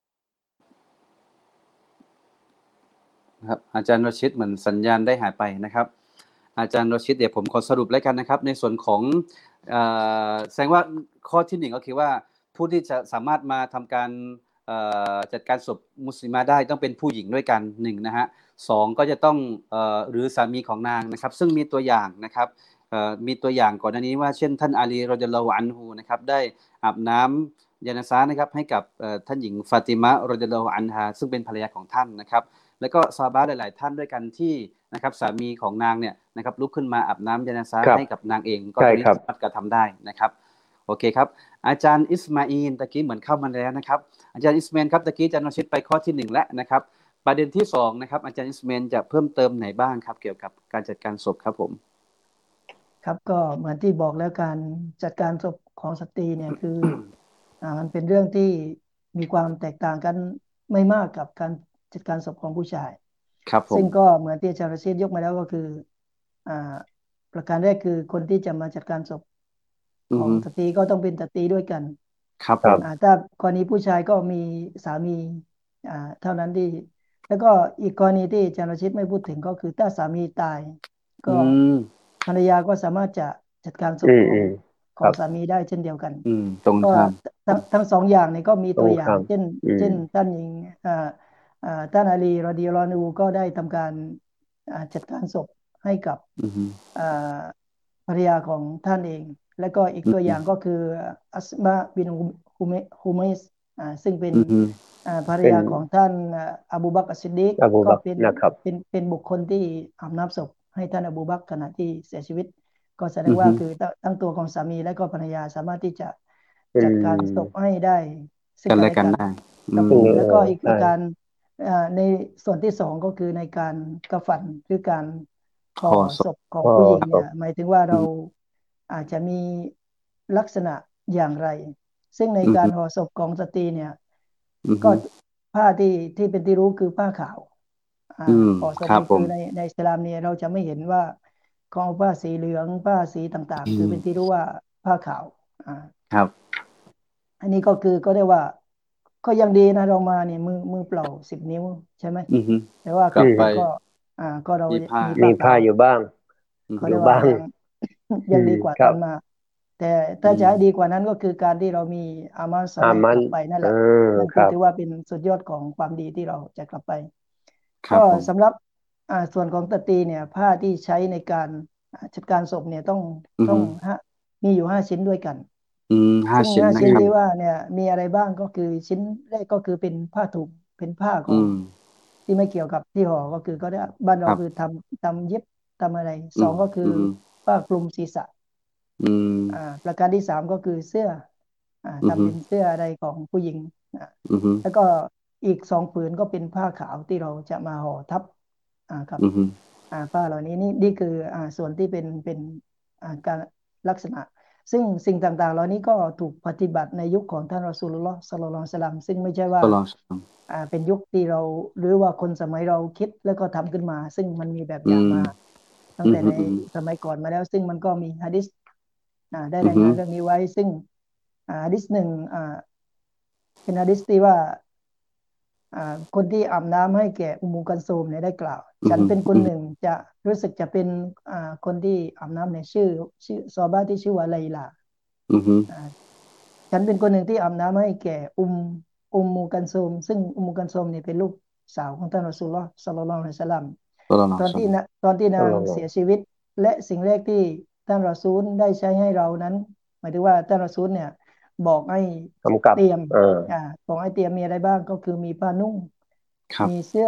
[SPEAKER 2] ครับอาจารย์รชิดเหมือนสัญญาณได้หายไปนะครับอาจารย์รชิดเดี๋ยวผมขอสรุปแล้วกันนะครับในส่วนของเอ่อแสดงว่าข้อที่หนึ่งก็คือว่าผู้ที่จะสามารถมาทำการเอ่อจัดการศพมุสลิมาได้ต้องเป็นผู้หญิงด้วยกันหนึ่งนะฮะสองก็จะต้องเอ่อหรือสามีของนางนะครับซึ่งมีตัวอย่างนะครับเอ่อมีตัวอย่างก่อนหน้านี้ว่าเช่นท่านอาลีรอฎิยัลลอฮุอันฮุนะครับได้อาบน้ำญานาซะห์นะครับให้กับเอ่อท่านหญิงฟาติมะฮ์รอฎิยัลลอฮุอันฮาซึ่งเป็นภรรยาของท่านนะครับแล้วก็ซอฮาบะห์หลายๆท่านด้วยกันที่นะครับสามีของนางเนี่ยนะครับลุกขึ้นมาอาบน้ำญานาซะห์
[SPEAKER 3] ครับ
[SPEAKER 2] ให้กับนางเองก็
[SPEAKER 3] ใช่
[SPEAKER 2] ตรงนี้
[SPEAKER 3] ครับ
[SPEAKER 2] สามารถกระทำได้นะครับโอเคครับอาจารย์อิสมาอีลตะกี้เหมือนเข้ามาแล้วนะครับอาจารย์อิสมาอีลครับตะกี้อาจารย์วชิตไปข้อที่หนึ่งแล้วนะครับประเด็นที่สองนะครับอาจารย์อิสมาอีลจะเพิ่มเติมไหนบ้างครับเกี่ยวกับการจัดการศพครับผม
[SPEAKER 4] ครับก็เหมือนที่บอกแล้วการจัดการศพของสตรีเนี่ยคืออ่ามันเป็นเรื่องที่มีความแตกต่างกันไม่มากกับการจัดการศพของผู้ชาย
[SPEAKER 2] ครับผม
[SPEAKER 4] ซึ่งก็เหมือนที่อาจารย์รชีดยกมาแล้วก็คืออ่าประการแรกคือคนที่จะมาจัดการศพข
[SPEAKER 2] อือฮึ
[SPEAKER 4] องสตรีก็ต้องเป็นสตรีด้วยกัน
[SPEAKER 2] ครับผม
[SPEAKER 3] ครับ
[SPEAKER 4] อ่าถ้ากรณีผู้ชายก็มีสามีอ่าเท่านั้นที่แล้วก็อีกกรณีที่อาจารย์รชีดไม่พูดถึงก็คือถ้าสามีตายก็
[SPEAKER 2] อืม
[SPEAKER 4] ภรรยาก็สามารถจะจัดการศพของ
[SPEAKER 3] อืมอืม
[SPEAKER 4] ของ
[SPEAKER 3] ครับ
[SPEAKER 4] สามีได้เช่นเดียวกัน
[SPEAKER 2] อืมตรง
[SPEAKER 4] ก็
[SPEAKER 2] ข้าม
[SPEAKER 4] ทั้งทั้งสองอย่างนี้ก็มีตัวอย่าง
[SPEAKER 3] ตรงข้าม
[SPEAKER 4] เช่น
[SPEAKER 3] อืม
[SPEAKER 4] เช่นท่านหญิงอ่าอ่าท่านอาลีรอฎิยัลลอฮุอันฮุก็ได้ทำการอ่าจัดการศพให้กับ
[SPEAKER 2] อือฮึ
[SPEAKER 4] อ่าภรรยาของท่านเองและก็อีก
[SPEAKER 2] อื
[SPEAKER 4] ตัวอย่าง
[SPEAKER 2] ม
[SPEAKER 4] ก็คืออัสมาบินฮุเมฮุเมสอ่าซึ่งเป็น
[SPEAKER 2] อือฮึ
[SPEAKER 4] อ่าภรร
[SPEAKER 3] เป็น
[SPEAKER 4] ยาของท่านอ่าอบูบักรอัสซิดดีก
[SPEAKER 3] อบูบักร
[SPEAKER 4] ก็เป็น
[SPEAKER 3] นะครับ
[SPEAKER 4] เป็นเป็นบุคคลที่อาบน้ำศพให้ท่านอบูบักรขณะที่เสียชีวิต ก็แสด
[SPEAKER 2] อือฮึ
[SPEAKER 4] งว่าคือทั้งตัวของสามีและก็ภรรยาสามารถที่จะ
[SPEAKER 3] อื
[SPEAKER 4] จัดการศพ
[SPEAKER 3] ม
[SPEAKER 4] ให้ได้ซึ่ง
[SPEAKER 2] กัน
[SPEAKER 4] กันและกัน
[SPEAKER 2] และกันได้อื
[SPEAKER 4] ครับผม
[SPEAKER 3] ซึ่งเออ
[SPEAKER 4] แล้วก็อีกป
[SPEAKER 3] ใช่
[SPEAKER 4] ระการอ่าในส่วนที่สองก็คือในการกำฝันหรือการห่อ
[SPEAKER 2] ห่อศพ
[SPEAKER 4] ศพของ
[SPEAKER 3] ก็
[SPEAKER 4] ผู้หญิงเนี่ย
[SPEAKER 3] ศพ
[SPEAKER 4] หมายถึงว่าเรา
[SPEAKER 2] อืม
[SPEAKER 4] อาจจะมีลักษณะอย่างไรซึ่งใน
[SPEAKER 2] อือฮึ
[SPEAKER 4] การห่อศพของสตรีเนี่ยก็
[SPEAKER 2] อือฮึ
[SPEAKER 4] ผ้าที่ที่เป็นที่รู้คือผ้าขาวอ่า
[SPEAKER 2] อืม
[SPEAKER 4] ห่อศ
[SPEAKER 2] ครับผม
[SPEAKER 4] พนี่คือในในอิสลามเนี่ยเราจะไม่เห็นว่า ของผ้าสีเหลืองผ้าสีต่าง
[SPEAKER 2] อื
[SPEAKER 4] ๆคือเป็นที่
[SPEAKER 2] ม
[SPEAKER 4] รู้ว่าผ้าขาวอ่า
[SPEAKER 2] ครับ
[SPEAKER 4] อันนี้ก็คือก็ได้ว่าก็ยังดีนะเรามาเนี่ยมือมือเปล่าสิบนิ้วใช่ไหม
[SPEAKER 2] อือฮึ
[SPEAKER 4] แต่ว่า
[SPEAKER 2] กลับไป
[SPEAKER 3] อืม
[SPEAKER 4] คือก็อ่าก็เรา
[SPEAKER 2] มีผ้า
[SPEAKER 4] มี
[SPEAKER 3] มีผ้า
[SPEAKER 4] ผ้าขาว
[SPEAKER 3] อยู่บ้าง
[SPEAKER 2] อือฮึ
[SPEAKER 3] อยู่บ้าง
[SPEAKER 4] เขาเรียกว่ายัง
[SPEAKER 3] อื
[SPEAKER 4] ยัง
[SPEAKER 3] ม
[SPEAKER 4] ดีกว่า
[SPEAKER 3] ครับ
[SPEAKER 4] ตอนมาแต่
[SPEAKER 2] อื
[SPEAKER 4] ถ้าจะ
[SPEAKER 2] ม
[SPEAKER 4] ให้ดีกว่านั้นก็คือการที่เรามีอามัลซอ
[SPEAKER 3] อามัน
[SPEAKER 4] เลห์กลับไปนั่น
[SPEAKER 3] เอ
[SPEAKER 4] แหละ
[SPEAKER 3] อ
[SPEAKER 4] นั่น
[SPEAKER 3] ครับ
[SPEAKER 4] คือถือว่าเป็นสุดยอดของความดีที่เราจะกลับไปก็
[SPEAKER 2] ครับผม
[SPEAKER 4] สำหรับอ่าส่วนของตะตีเนี่ยผ้าที่ใช้ในการอ่าจัดการศพเนี่ยต้องต้อง
[SPEAKER 2] อือฮึ
[SPEAKER 4] ฮะมีอยู่ห้าชิ้นด้วยกัน
[SPEAKER 2] อืมห้า
[SPEAKER 4] ซึ่ง
[SPEAKER 2] ชิ้น
[SPEAKER 4] ห้าชิ้น
[SPEAKER 2] นะครับ
[SPEAKER 4] ที่ว่าเนี่ยมีอะไรบ้างก็คือชิ้นแรกก็คือเป็นผ้าถุงเป็นผ้าของ
[SPEAKER 2] อืม
[SPEAKER 4] ที่ไม่เกี่ยวกับที่ห่อก็คือก็ได้บ้าน
[SPEAKER 2] ค
[SPEAKER 4] เรา
[SPEAKER 2] รับ
[SPEAKER 4] คือทำทำเย็บทำอะไรส
[SPEAKER 2] อืม
[SPEAKER 4] องก็คือ
[SPEAKER 2] อืม
[SPEAKER 4] ผ้าคลุมศีรษะ
[SPEAKER 2] อืม
[SPEAKER 4] อ่าประการที่สามก็คือเสื้ออ่า
[SPEAKER 2] อืม
[SPEAKER 4] ทำเป็นเสื้ออะไรของผู้หญิงอ่า
[SPEAKER 2] อืม
[SPEAKER 4] แล้วก็อีกสองผืนก็เป็นผ้าขาวที่เราจะมาห่อทับอ่าครับ
[SPEAKER 2] อืม
[SPEAKER 4] อ่าผ้าเหล่านี้นี่นี่คืออ่าส่วนที่เป็นเป็นอ่าการลักษณะซึ่งสิ่งต่างๆเหล่านี้ก็ถูกปฏิบัติในยุคของท่านรอซูลุลลอฮ์ศ็อลลัลลอฮุอะลัยฮิวะซัลลัมซึ่งไม่ใช่ว่า
[SPEAKER 2] ตลอด
[SPEAKER 4] อ่าเป็นยุคที่เราหรือว่าคนสมัยเราคิดแล้วก็ทำขึ้นมาซึ่งมันมีแบบ
[SPEAKER 2] อืม
[SPEAKER 4] อย่างมาตั้ง
[SPEAKER 2] อืม
[SPEAKER 4] แต่ใน
[SPEAKER 2] อืม
[SPEAKER 4] สมัยก่อนมาแล้วซึ่งมันก็มีหะดีษ อ่าได้
[SPEAKER 2] อื
[SPEAKER 4] รายงาน
[SPEAKER 2] ม
[SPEAKER 4] เรื่องนี้ไว้ซึ่งอ่าฮะดิษหนึ่งอ่าเป็นฮะดิษที่ว่าอ่าคนที่อาบน้ำให้แก่อุมมุกัลซูมเนี่ยได้กล่าว
[SPEAKER 2] อืม
[SPEAKER 4] ฉันเป็นคน
[SPEAKER 2] อืม
[SPEAKER 4] หนึ่งจะรู้สึกจะเป็นอ่าคนที่อาบน้ำเนี่ยชื่อชื่อซอฮาบะห์ที่ชื่อว่าไลลา
[SPEAKER 2] อืม
[SPEAKER 4] อ่าฉันเป็นคนหนึ่งที่อาบน้ำให้แก่อุมอุมมุกัลซูมซึ่งอุมมุกัลซูมเนี่ยเป็นลูกสาวของท่านรอซูลุลลอฮ์ศ็อลลัลลอฮุอะลัยฮิวะซัลลัม
[SPEAKER 2] ตลอด
[SPEAKER 4] ตอน
[SPEAKER 2] สัม
[SPEAKER 4] ที่นะตอนที่นาง
[SPEAKER 3] ต้องลองลอง
[SPEAKER 4] เสียชีวิตและสิ่งแรกที่ท่านรอซูลได้ใช้ให้เรานั้น หมายถึงว่าท่านรอซูลเนี่ยบอกให้
[SPEAKER 3] กำกับ
[SPEAKER 4] เตรียม
[SPEAKER 3] เออ
[SPEAKER 4] อ่าบอกให้เตรียมมีอะไรบ้างก็คือมีผ้านุ่ง
[SPEAKER 2] ครับ
[SPEAKER 4] มีเสื้อ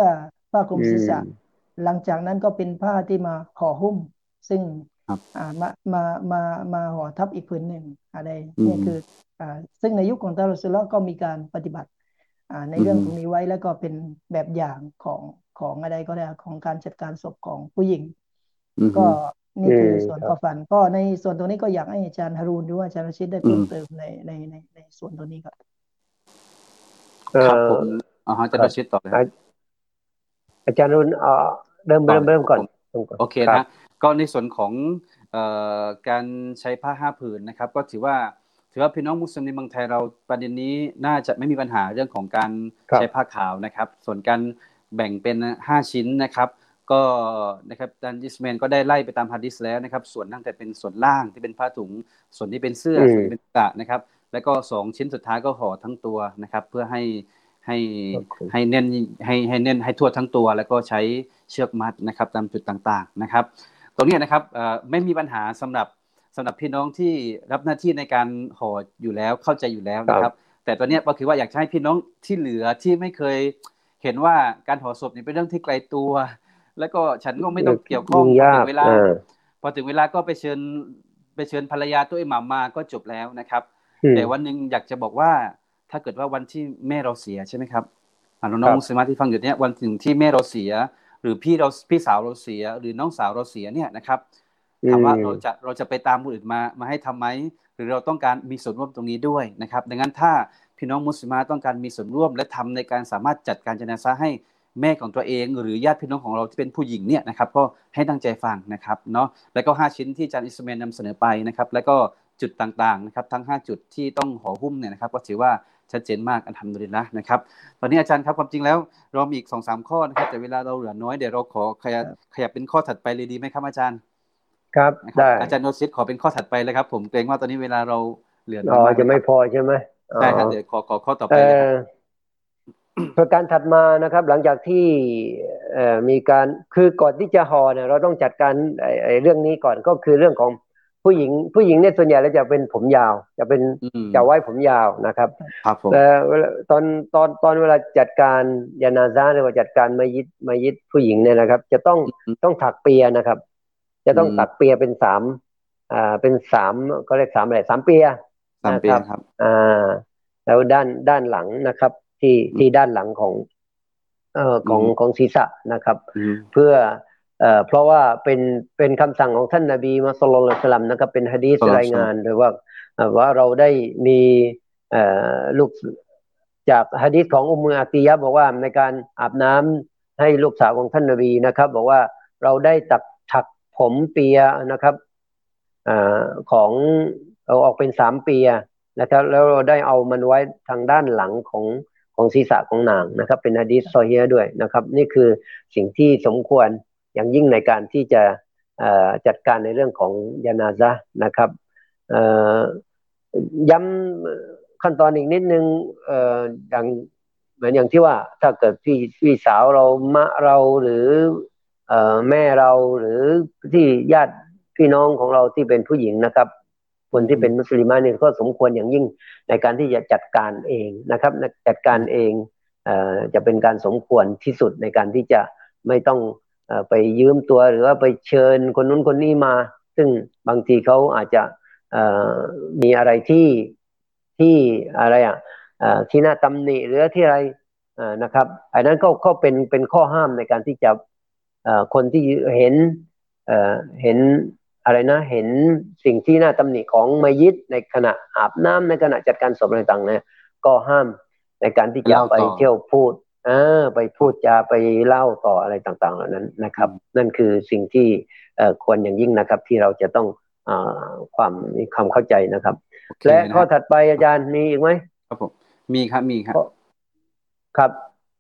[SPEAKER 4] ผ้าคลุม
[SPEAKER 3] อื
[SPEAKER 4] ศีรษะ
[SPEAKER 3] ม
[SPEAKER 4] หลังจากนั้นก็เป็นผ้าที่มาห่อหุ้มซึ่ง
[SPEAKER 2] ครับ
[SPEAKER 4] อ่ามามามามาห่อทับอีกผืนหนึ่งอะไร
[SPEAKER 2] อื
[SPEAKER 4] เนี่ยคือ
[SPEAKER 2] ม
[SPEAKER 4] อ่าซึ่งในยุคของท่านรอซูลุลลอฮ์ก็มีการปฏิบัติอ่าใน
[SPEAKER 2] อื
[SPEAKER 4] เรื่องตรง
[SPEAKER 2] ม
[SPEAKER 4] นี้ไว้แล้วก็เป็นแบบอย่างของของอะไรก็ได้ของการจัดการศพของผู้หญิง
[SPEAKER 2] อื
[SPEAKER 4] ก็
[SPEAKER 2] ม
[SPEAKER 4] นี่คือ
[SPEAKER 3] อืม
[SPEAKER 4] ส่วน
[SPEAKER 3] ครับ
[SPEAKER 4] ข้อฝันก็ในส่วนตรงนี้ก็อยากให้อาจารย์ฮารูนหรือว่าอาจารย์รชิดได้
[SPEAKER 2] อืม
[SPEAKER 4] เพิ่มเติมในในในในส่วนตรงนี้ครับ
[SPEAKER 3] เอ่อ
[SPEAKER 2] ครับผมอ่าฮะอาจาร
[SPEAKER 3] ครับ
[SPEAKER 2] ย์รชิดต่อเลยครับ
[SPEAKER 3] อาอาจารย์รุนเอ่อเริ่ม
[SPEAKER 2] ต่อ
[SPEAKER 3] เริ่มเริ่มก่อน
[SPEAKER 2] เลยครับผม
[SPEAKER 3] เริ่มก่อน
[SPEAKER 2] โอเค
[SPEAKER 3] ครับ
[SPEAKER 2] นะก็ในส่วนของเอ่อการใช้ผ้าห้าผืนนะครับก็ถือว่าถือว่าพี่น้องมุสลิมในเมืองไทยเราประเด็นนี้น่าจะไม่มีปัญหาเรื่องของการ
[SPEAKER 3] ครับ
[SPEAKER 2] ใช้ผ้าขาวนะครับส่วนการแบ่งเป็นห้าชิ้นนะครับก็นะครับอาจารย์อิสมาอีลก็ได้ไล่ไปตามหะดีษแล้วนะครับส่วนตั้งแต่เป็นส่วนล่างที่เป็นผ้าถุงส่วนที่เป็นเสื้อ
[SPEAKER 3] อืม
[SPEAKER 2] ส่วนที่เป็นกะนะครับแล้วก็สองชิ้นสุดท้ายก็ห่อทั้งตัวนะครับเพื่อให้ให้
[SPEAKER 3] โอเค
[SPEAKER 2] ให้แน่นให้ให้แน่นให้ทั่วทั้งตัวแล้วก็ใช้เชือกมัดนะครับตามจุดต่างๆนะครับตรงนี้นะครับเอ่อไม่มีปัญหาสำหรับสำหรับพี่น้องที่รับหน้าที่ในการห่ออยู่แล้วเข้าใจอยู่แล้วนะครับ
[SPEAKER 3] ครับ
[SPEAKER 2] แต่ตอนนี้ก็คือว่าอยากจะให้พี่น้องที่เหลือที่ไม่เคยเห็นว่าการห่อศพนี่เป็นเรื่องที่ไกลตัวแล้วก็ฉันก็ไม่ต้องเกี่ยวข้อง
[SPEAKER 3] ยุ่งยาก
[SPEAKER 2] พอถึงเวลา
[SPEAKER 3] อ่า
[SPEAKER 2] พอถึงเวลาก็ไปเชิญไปเชิญภรรยาตัวอิหม่ามมาก็จบแล้วนะครับ
[SPEAKER 3] อืม
[SPEAKER 2] แต่วันหนึ่งอยากจะบอกว่าถ้าเกิดว่าวันที่แม่เราเสียใช่ไหมครับอ่าน้
[SPEAKER 3] ครับ
[SPEAKER 2] องๆมุสลิมที่ฟังอยู่เนี่ยวันถึงที่แม่เราเสียหรือพี่เราพี่สาวเราเสียหรือน้องสาวเราเสียเนี่ยนะครับ
[SPEAKER 3] อื
[SPEAKER 2] ถามว่าเราจะ
[SPEAKER 3] ม
[SPEAKER 2] เราจะไปตามคนอื่นมามาให้ทำไหมหรือเราต้องการมีส่วนร่วมตรงนี้ด้วยนะครับดังนั้นถ้าพี่น้องมุสลิมต้องการมีส่วนร่วมและทำในการสามารถจัดการญะนาซะห์ให้แม่ของตัวเองหรือญาติพี่น้องของเราที่เป็นผู้หญิงเนี่ยนะครับก็ให้ตั้งใจฟังนะครับเนาะแล้วก็ห้าชิ้นที่อาจารย์อิสมาอีลนำเสนอไปนะครับแล้วก็จุดต่างๆนะครับทั้งห้าจุดที่ต้องห่อหุ้มเนี่ยนะครับก็ถือว่าชัดเจนมากอัลฮัมดุลิลละห์นะครับตอนนี้อาจารย์ครับความจริงแล้วเรามีอีก สองสาม ข้อนะครับแต่เวลาเราเหลือน้อยเดี๋ยวเราขอขยับขยับเป็นข้อถัดไปเลยดีไหมครับอาจารย์
[SPEAKER 3] ครับ
[SPEAKER 2] นะครับ
[SPEAKER 3] ได้
[SPEAKER 2] อาจารย์โนซิตขอเป็นข้อถัดไปเลยครับผมเกรงว่าตอนนี้เวลาเราเหลือน้
[SPEAKER 3] อ๋อ
[SPEAKER 2] อยมากเลยครับ
[SPEAKER 3] จะไม่พอใช่ไหมอ๋อ
[SPEAKER 2] ใช่ครับเดี๋ยวขอขอข้อต่อ
[SPEAKER 3] เอ่
[SPEAKER 2] ไปเลยครับ
[SPEAKER 3] อประการถัดมานะครับหลังจากที่เอ่อมีการคือก่อนที่จะห่อเนี่ยเราต้องจัดการไอ้ไอ้เรื่องนี้ก่อนก็คือเรื่องของผู้หญิงผู้หญิงเนี่ยส่วนใหญ่แล้วจะเป็นผมยาวจะเป็น
[SPEAKER 2] อืม
[SPEAKER 3] จะไว้ผมยาวนะครับ
[SPEAKER 2] ครับผม
[SPEAKER 3] แต่เวลาตอนตอนตอนเวลาจัดการยานาซาหรือว่าจัดการมัยยิดมัยยิดผู้หญิงเนี่ยนะครับจะต้อง
[SPEAKER 2] อืม
[SPEAKER 3] ต้องถักเปียนะครับจะ
[SPEAKER 2] อื
[SPEAKER 3] ต้องถัก
[SPEAKER 2] ม
[SPEAKER 3] เปียเป็นสามอ่าเป็นสามเขาเรียกสามอะไรสามเปีย
[SPEAKER 2] สาม
[SPEAKER 3] นะครับ
[SPEAKER 2] ปีครับ
[SPEAKER 3] อ่าแล้วด้านด้านหลังนะครับที่
[SPEAKER 2] อืม
[SPEAKER 3] ที่ด้านหลังของเอ่อ
[SPEAKER 2] อื
[SPEAKER 3] ของขอ
[SPEAKER 2] ม
[SPEAKER 3] งศีรษะนะครับ
[SPEAKER 2] อืม
[SPEAKER 3] เพื่อเอ่อเพราะว่าเป็นเป็นคำสั่งของท่านนบีมุฮัมมัดศ็อลลัลลอฮุอะลัยฮิวะซัลลัมนะครับเป็นหะดีษ
[SPEAKER 2] สำหรับ
[SPEAKER 3] ราย
[SPEAKER 2] สำหรับ
[SPEAKER 3] งานหรือว่าเอ่อว่าเราได้มีเอ่อลูกจากหะดีษของอุมมุอาติยะห์บอกว่าในการอาบน้ำให้ลูกสาวของท่านนบีนะครับบอกว่าเราได้ตักถักผมเปียนะครับอ่าของเอาออกเป็นสามเปียนะครับแล้วเราได้เอามันไว้ทางด้านหลังของของศีรษะของนางนะครับเป็นหะดีษซอฮีฮ์ด้วยนะครับนี่คือสิ่งที่สมควรอย่างยิ่งในการที่จะเอ่อจัดการในเรื่องของยานาซะห์นะครับเอ่อย้ำขั้นตอนอีกนิดนึงเอ่ออย่างเหมือนอย่างที่ว่าถ้าเกิดพี่พี่สาวเรามะเราหรือเอ่อแม่เราหรือที่ญาติพี่น้องของเราที่เป็นผู้หญิงนะครับคนที่เป็นมุสลิมะเนี่ยก็สมควรอย่างยิ่งในการที่จะจัดการเองนะครับจัดการเองเอ่อจะเป็นการสมควรที่สุดในการที่จะไม่ต้องเอ่อไปยืมตัวหรือว่าไปเชิญคนนู้นคนนี้มาซึ่งบางทีเขาอาจจะเอ่อมีอะไรที่ที่อะไรอ่ะเอ่อที่น่าตำหนิหรือที่อะไรเอ่อนะครับอันนั้นก็ก็เป็นเป็นข้อห้ามในการที่จะเอ่อคนที่เห็นเอ่อเห็นอะไรนะเห็นสิ่งที่น่าตำหนิของมัยยิดในขณะอาบน้ำในขณะจัดการศพอะไรต่างๆเนี่ยก็ห้ามในการที่จะไป
[SPEAKER 2] เล่าต่อ
[SPEAKER 3] เที่ยวพูดเออไปพูดจาไปเล่าต่ออะไรต่างๆเหล่านั้นนะครับนั่นคือสิ่งที่เอ่อควรอย่างยิ่งนะครับที่เราจะต้องอ่าความมีความเข้าใจนะครับ
[SPEAKER 2] โอเค
[SPEAKER 3] และ
[SPEAKER 2] นะฮะ
[SPEAKER 3] ข้อถัดไปอาจารย์มีอีกไหม
[SPEAKER 2] ครับผมมีครับมีครับ
[SPEAKER 3] ครับ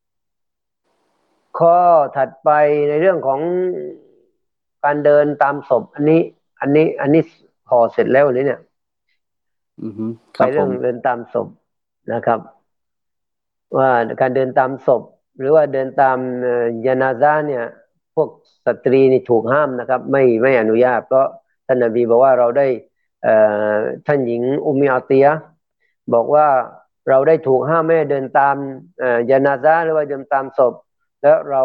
[SPEAKER 3] ข้อถัดไปในเรื่องของการเดินตามศพอันนี้อันนี้อันนี้ห่อเสร็จแล้วหรือเนี่ย
[SPEAKER 2] อือฮึค
[SPEAKER 3] ไป
[SPEAKER 2] รับผม
[SPEAKER 3] เรื่องเดินตามศพนะครับว่าการเดินตามศพหรือว่าเดินตามเอ่อยานาซาเนี่ยพวกสตรีนี่ถูกห้ามนะครับไม่ไม่อนุญาตเพราะท่านนบีบอกว่าเราได้เอ่อท่านหญิงอุมมิอาติยะห์บอกว่าเราได้ถูกห้ามไม่ให้เดินตามเอ่อยานาซาหรือว่าเดินตามศพแล้วเรา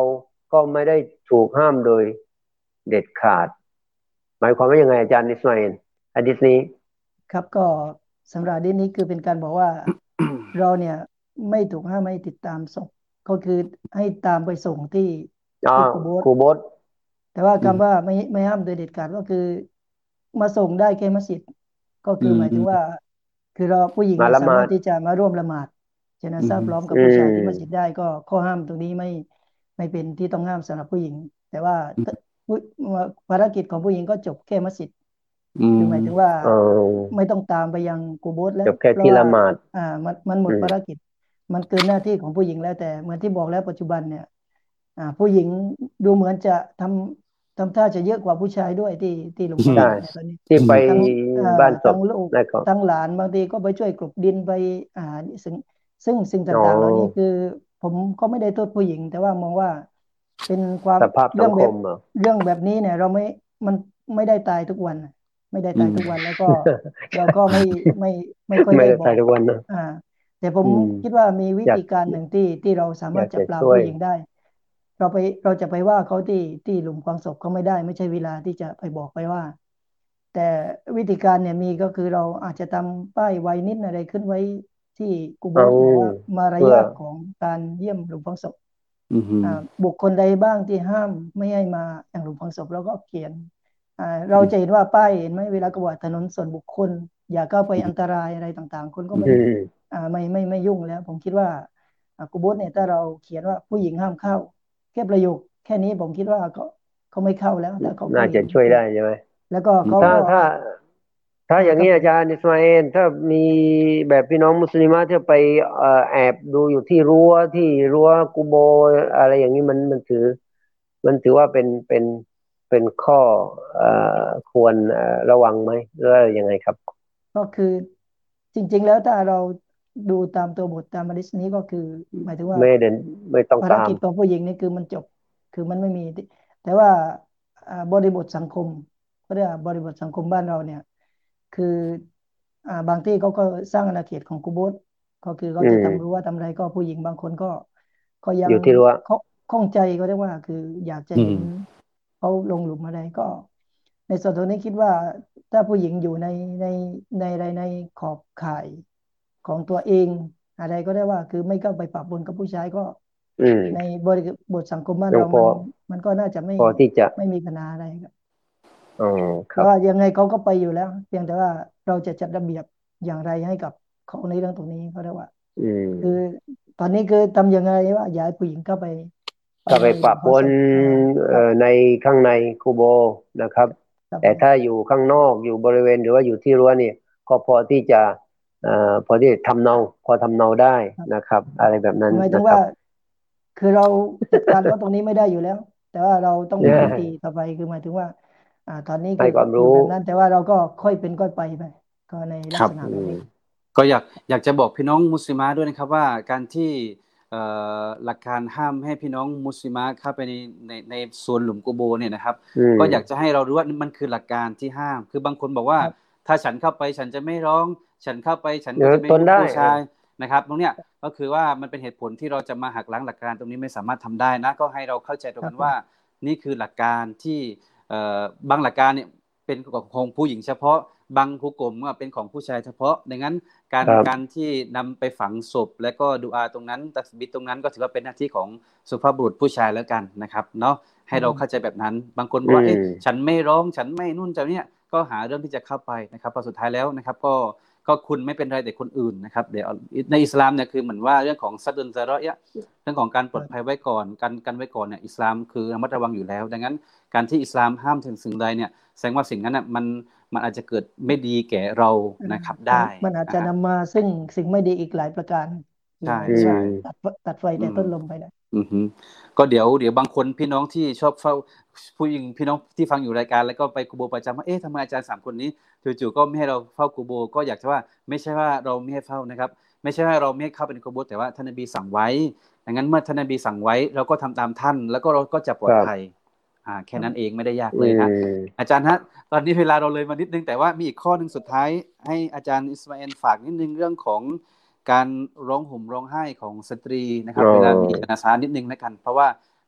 [SPEAKER 3] ก็ไม่ได้ถูกห้ามโดยเด็ดขาดหมายความว่ายังไงอาจารย์อิสมาอิลหะดีษนี้
[SPEAKER 4] ครับก็สำหรับดิษนี้คือเป็นการบอกว่า เราเนี่ยไม่ถูกห้ามให้ติดตามศพก็คือให้ตามไปส่งที่
[SPEAKER 3] อ่า
[SPEAKER 4] ที่กุโบส
[SPEAKER 3] กูโบส
[SPEAKER 4] แต่ว่า
[SPEAKER 2] อืม
[SPEAKER 4] คำว่าไม่ไม่ห้ามโดยเด็ดขาดก็คือมาส่งได้แค่มัสยิดก็
[SPEAKER 2] อื
[SPEAKER 4] คือห
[SPEAKER 2] มอืม
[SPEAKER 4] มายถึงว่าคือเราผู้หญิง
[SPEAKER 3] มา
[SPEAKER 4] เนี่ย
[SPEAKER 3] ละหมาด
[SPEAKER 4] สามารถที่จะมาร่วมละหมาดเจนา
[SPEAKER 2] อื
[SPEAKER 4] ซาพร้อม
[SPEAKER 2] ม
[SPEAKER 4] กับ
[SPEAKER 3] อื
[SPEAKER 4] ผู้ชายที่มัสยิด
[SPEAKER 3] ม
[SPEAKER 4] ได้ก็ข้อห้ามตรงนี้ไม่ไม่เป็นที่ต้องห้ามสำหรับผู้หญิงแต่ว่า
[SPEAKER 2] อืม
[SPEAKER 4] ผู้ภารกิจของผู้หญิงก็จบแค่มัสยิด
[SPEAKER 2] อื
[SPEAKER 4] คือหมายถึงว่า
[SPEAKER 2] ม
[SPEAKER 3] เออ
[SPEAKER 4] ไม่ต้องตามไปยังกูโบสแล้
[SPEAKER 3] จบแค่
[SPEAKER 4] วเพราะว่า
[SPEAKER 3] ที่ละหมาด
[SPEAKER 4] อ่ามันมันหม
[SPEAKER 3] อืม
[SPEAKER 4] ดภารกิจมันเกินหน้าที่ของผู้หญิงแล้วแต่เหมือนที่บอกแล้วปัจจุบันเนี่ยอ่าผู้หญิงดูเหมือนจะทำทำท่าจะเยอะกว่าผู้ชายด้วยที่ที่หลุมฝังศ
[SPEAKER 3] ใช่
[SPEAKER 4] พเนี่ยตอนนี้
[SPEAKER 3] ที่ไป
[SPEAKER 4] ทั้งอ่า
[SPEAKER 3] บ้านศพ
[SPEAKER 4] ทั้งลูก
[SPEAKER 3] นั่นก็
[SPEAKER 4] ทั้งหลานบางทีก็ไปช่วยกลบดินไปอ่าซึ่งซึ่งสิ่ง
[SPEAKER 3] อ๋อ
[SPEAKER 4] ต่างๆเหล่านี้คือผมก็ไม่ได้โทษผู้หญิงแต่ว่ามองว่าเป็นความ
[SPEAKER 3] สภาพสัง
[SPEAKER 4] เรื่องแบบ
[SPEAKER 3] คมเหรอ
[SPEAKER 4] เรื่องแบบนี้เนี่ยเราไม่มันไม่ได้ตายทุกวัน ไม่ได้
[SPEAKER 2] อืม
[SPEAKER 4] ตายทุกวันแล้วก็เราก็ไม่ไม่ไม่ค่อย
[SPEAKER 3] ไม่ได้ใส่
[SPEAKER 4] ได้บอก
[SPEAKER 3] ทุกวันนะ
[SPEAKER 4] อ่าแต่ผม
[SPEAKER 3] อืม
[SPEAKER 4] คิดว่ามีวิ
[SPEAKER 3] อยาก
[SPEAKER 4] ธีการหนึ่งที่ที่เราสา
[SPEAKER 3] อยาก
[SPEAKER 4] มารถจะปราบ
[SPEAKER 3] จะช่วย
[SPEAKER 4] ผู้หญิงได้เราไปเราจะไปว่าเขาที่ที่หลุมฝังศพเขาไม่ได้ไม่ใช่เวลาที่จะไปบอกไปว่าแต่วิธีการเนี่ยมีก็คือเราอาจจะทำป้ายไวนิดอะไรขึ้นไว้ที่กูโบ
[SPEAKER 3] เอา
[SPEAKER 4] สบอกว่ามาร
[SPEAKER 3] เพื่อ
[SPEAKER 4] ยาทของการเยี่ยมหลุมฝังศพ
[SPEAKER 2] อืม
[SPEAKER 4] อ่าบุคคลใดบ้างที่ห้ามไม่ให้มาอย่างหลุมฝังศพแล้วก็เขียนอ่าเราจะเห็นว่าป้ายเห็นไหมเวลาก็บอกถนนส่วนบุคคลอย่าเข้าไปอันตรายอะไรต่างๆคนก็ไม่
[SPEAKER 3] อืม
[SPEAKER 4] อ่าไม่ไม่ไม่ยุ่งแล้วผมคิดว่าอ่ากูโบสเนี่ยถ้าเราเขียนว่าผู้หญิงห้ามเข้าแค่ประโยคแค่นี้ผมคิดว่าเขาเขาไม่เข้าแล้วถ้าเขาเขา
[SPEAKER 3] น่า
[SPEAKER 4] เห็น
[SPEAKER 3] จะช่วยได้ใช่ไหม
[SPEAKER 4] แล้วก็เขา
[SPEAKER 3] ถ้า
[SPEAKER 4] ก็
[SPEAKER 3] ถ้าถ้าอย่างนี้
[SPEAKER 4] อ่าครับผม
[SPEAKER 3] อาจารย์อิสมาเอลถ้ามีแบบพี่น้องมุสลิมะที่ไปเอ่อแอบดูอยู่ที่รั้วที่รั้วกุโบอะไรอย่างนี้มันมันถือมันถือว่าเป็นเป็นเป็นข้อเอ่อควรเอ่อระวังไหมหรือว่ายังไงครับ
[SPEAKER 4] ก็คือจริงๆแล้วถ้าเราดูตามตัวบทตามมาดิสนี้ก็คือหมายถึงว่า
[SPEAKER 3] ไม่เดินไม่ต้อง
[SPEAKER 4] ภาร
[SPEAKER 3] ตาม
[SPEAKER 4] กิจของผู้หญิงนี่คือมันจบคือมันไม่มีแต่ว่าอ่าบริบทสังคมก็เรียกว่าบริบทสังคมบ้านเราเนี่ยคืออ่าบางที่เขาก็สร้างอาณาเขตของกูโบสก็คือเขา
[SPEAKER 3] อื
[SPEAKER 4] จะทำรั้
[SPEAKER 3] ม
[SPEAKER 4] วทำอะไรก็ผู้หญิงบางคนก็ก็ยัง
[SPEAKER 3] อยู่ที่รั้ว
[SPEAKER 4] ข้อข้องใจก็เรียกว่าคืออยากจะ
[SPEAKER 2] อืม
[SPEAKER 4] เห็นเขาลงหลุมอะไรก็ในส่วนตรงนี้คิดว่าถ้าผู้หญิงอยู่ในในในอะไรในขอบข่ายของตัวเองอะไรก็ได้ว่าคือไม่เข้าไปปะปนกับผู้ชายก็
[SPEAKER 3] อืม
[SPEAKER 4] ในบริบทสังคมบ้าน
[SPEAKER 3] ยังพอ
[SPEAKER 4] เรามันมันก็น่าจะไม่
[SPEAKER 3] พอที่จะ
[SPEAKER 4] ไม่มีปัญหาอะไรครับ
[SPEAKER 3] อ๋อ
[SPEAKER 4] เพ
[SPEAKER 3] ครับ
[SPEAKER 4] ราะว่ายังไงเขาก็ไปอยู่แล้วเพียงแต่ว่าเราจะจัดระเบียบอย่างไรให้กับเขาในเรื่องตรงนี้เขาเรียกว่า
[SPEAKER 3] อื
[SPEAKER 4] คือ
[SPEAKER 3] ม
[SPEAKER 4] ตอนนี้คือทำยังไงว่าอย่าให้ผู้หญิงเข้าไปไป
[SPEAKER 3] ถ้าไป
[SPEAKER 4] ในหลุ
[SPEAKER 3] ปะปน
[SPEAKER 4] มฝังศพอ่าครับ
[SPEAKER 3] เอ่อในข้างในคูโบนะครับ
[SPEAKER 4] ครับ
[SPEAKER 3] แต่ถ้า
[SPEAKER 4] ผม
[SPEAKER 3] อยู่ข้างนอกอยู่บริเวณหรือว่าอยู่ที่รั้วเนี่ยก็พอที่จะเอ่อพอที่จะทำเนาพอทำเนาได้
[SPEAKER 4] ครับ
[SPEAKER 3] นะครับอะไรแบบนั้น
[SPEAKER 4] หมายถึงว่า
[SPEAKER 3] นะครับ
[SPEAKER 4] คือเราจัดการเขาตรงนี้ไม่ได้อยู่แล้วแต่ว่าเราต้อง
[SPEAKER 3] เนี่
[SPEAKER 4] มีวิธี
[SPEAKER 3] ย
[SPEAKER 4] ต่อไปคือหมายถึงว่าอ่าตอนนี้
[SPEAKER 3] ให้
[SPEAKER 4] คือ
[SPEAKER 3] ความรู้
[SPEAKER 4] อยู่แบบนั้นแต่ว่าเราก็ค่อยเป็นค่อยไปไปก็ในลั
[SPEAKER 2] ครับ
[SPEAKER 4] กษณะ
[SPEAKER 3] อืม
[SPEAKER 4] แบบนี้
[SPEAKER 2] ก็อยากอยากจะบอกพี่น้องมุสลิมะด้วยนะครับว่าการที่เอ่อหลักการห้ามให้พี่น้องมุสลิมะเข้าไปในในในโซนหลุมกูโบเนี่ยนะครับ
[SPEAKER 3] อืม
[SPEAKER 2] ก็อยากจะให้เรารู้ว่ามันคือหลักการที่ห้ามคือบางคนบอกว่า
[SPEAKER 4] ครับ
[SPEAKER 2] ถ้าฉันเข้าไปฉันจะไม่ร้องฉันเข้าไปฉัน
[SPEAKER 3] เดี๋ยว
[SPEAKER 2] ก็จะไม่ยุ่ง
[SPEAKER 3] ทนได้เออ
[SPEAKER 2] ผู้ชายนะครับตรงเนี้ยก็คือว่ามันเป็นเหตุผลที่เราจะมาหักล้างหลักการตรงนี้ไม่สามารถทำได้นะก็ให้เราเข้าใจตร
[SPEAKER 4] ครับ
[SPEAKER 2] งนั้นว่า
[SPEAKER 4] ผม
[SPEAKER 2] นี่คือหลักการที่เอ่อบางหลักการเนี่ยเป็นของผู้หญิงเฉพาะบางฮุกมก็เป็นของผู้ชายเฉพาะดังนั้น การ
[SPEAKER 3] ครับ
[SPEAKER 2] การที่นำไปฝังศพและก็ดูอาตรงนั้นตัสบิตตรงนั้นก็ถือว่าเป็นหน้าที่ของสุภาพบุรุษผู้ชายแล้วกันนะครับเนาะ
[SPEAKER 4] ค
[SPEAKER 2] ให้
[SPEAKER 4] รับผม
[SPEAKER 2] เราเข้าใจแบบนั้นบางคนบ
[SPEAKER 3] อื
[SPEAKER 2] อกว่าเอ๊ะฉั
[SPEAKER 3] ม
[SPEAKER 2] นไม่ร้องฉันไม่นู่นจะเนี่ยก็หาเรื่องที่จะเข้าไปนะครับพอสุดท้ายแล้วนะครับก็ก็คุณไม่เป็นไรแต่คนอื่นนะครับเดี๋ยวในอิสลามเนี่ยคือเหมือนว่าเรื่องของซัดดุนซาเราะห์เรื่องของการปลอดภัยไว้ก่อนกันกันไว้ก่อนเนี่ยอิสลามคือระมัดระวังอยู่แล้วดังนั้นการที่อิสลามห้ามถึงสิ่งใดเนี่ยแสดงว่าสิ่งนั้นน่ะมันมันอาจจะเกิดไม่ดีแก่เรา
[SPEAKER 4] อ่า
[SPEAKER 2] นะครับ
[SPEAKER 4] มัน
[SPEAKER 2] ได้
[SPEAKER 4] มันอาจ
[SPEAKER 2] นะฮะ
[SPEAKER 4] จะนำมาซึ่งสิ่งไม่ดีอีกหลายประการคือ
[SPEAKER 2] ใช่
[SPEAKER 4] หมายถึง
[SPEAKER 2] ใช่
[SPEAKER 4] ว่าตัดตัดไฟ
[SPEAKER 2] อืม
[SPEAKER 4] แต่ต้นลมไปได้
[SPEAKER 2] อือฮึก็เดี๋ยวเดี๋ยวบางคนพี่น้องที่ชอบเฝ้าผู้หญิงพี่น้องที่ฟังอยู่รายการแล้วก็ไปกูโบประจำว่าเอ๊ะทำไมอาจารย์สามคนนี้จู่ๆก็ไม่ให้เราเฝ้ากูโบก็อยากจะว่าไม่ใช่ว่าเราไม่ให้เฝ้านะครับไม่ใช่ว่าเราไม่ให้เข้าไปในกูโบแต่ว่าท่านนบีสั่งไว้ดังนั้นเมื่อท่านนบีสั่งไว้เราก็ทำตามท่านแล้วก็เราก็จะปล
[SPEAKER 3] ครับ
[SPEAKER 2] อดภัยอ่าแค่นั้นเอง
[SPEAKER 4] ครับ
[SPEAKER 2] ไม่ได้ยาก
[SPEAKER 3] อื
[SPEAKER 2] เลยฮะ
[SPEAKER 3] ม
[SPEAKER 2] อาจารย์ฮะตอนนี้เวลาเราเลยมานิดนึงแต่ว่ามีอีกข้อหนึ่งสุดท้ายให้อาจารย์อิสมาเอลฝากนิดนึงเรื่องของ การร้องห่มร้องไห้ของสตรีนะครับ
[SPEAKER 3] อ๋อ
[SPEAKER 2] เวลามีจนาซานิดนึงแล้วกันเพราะว่า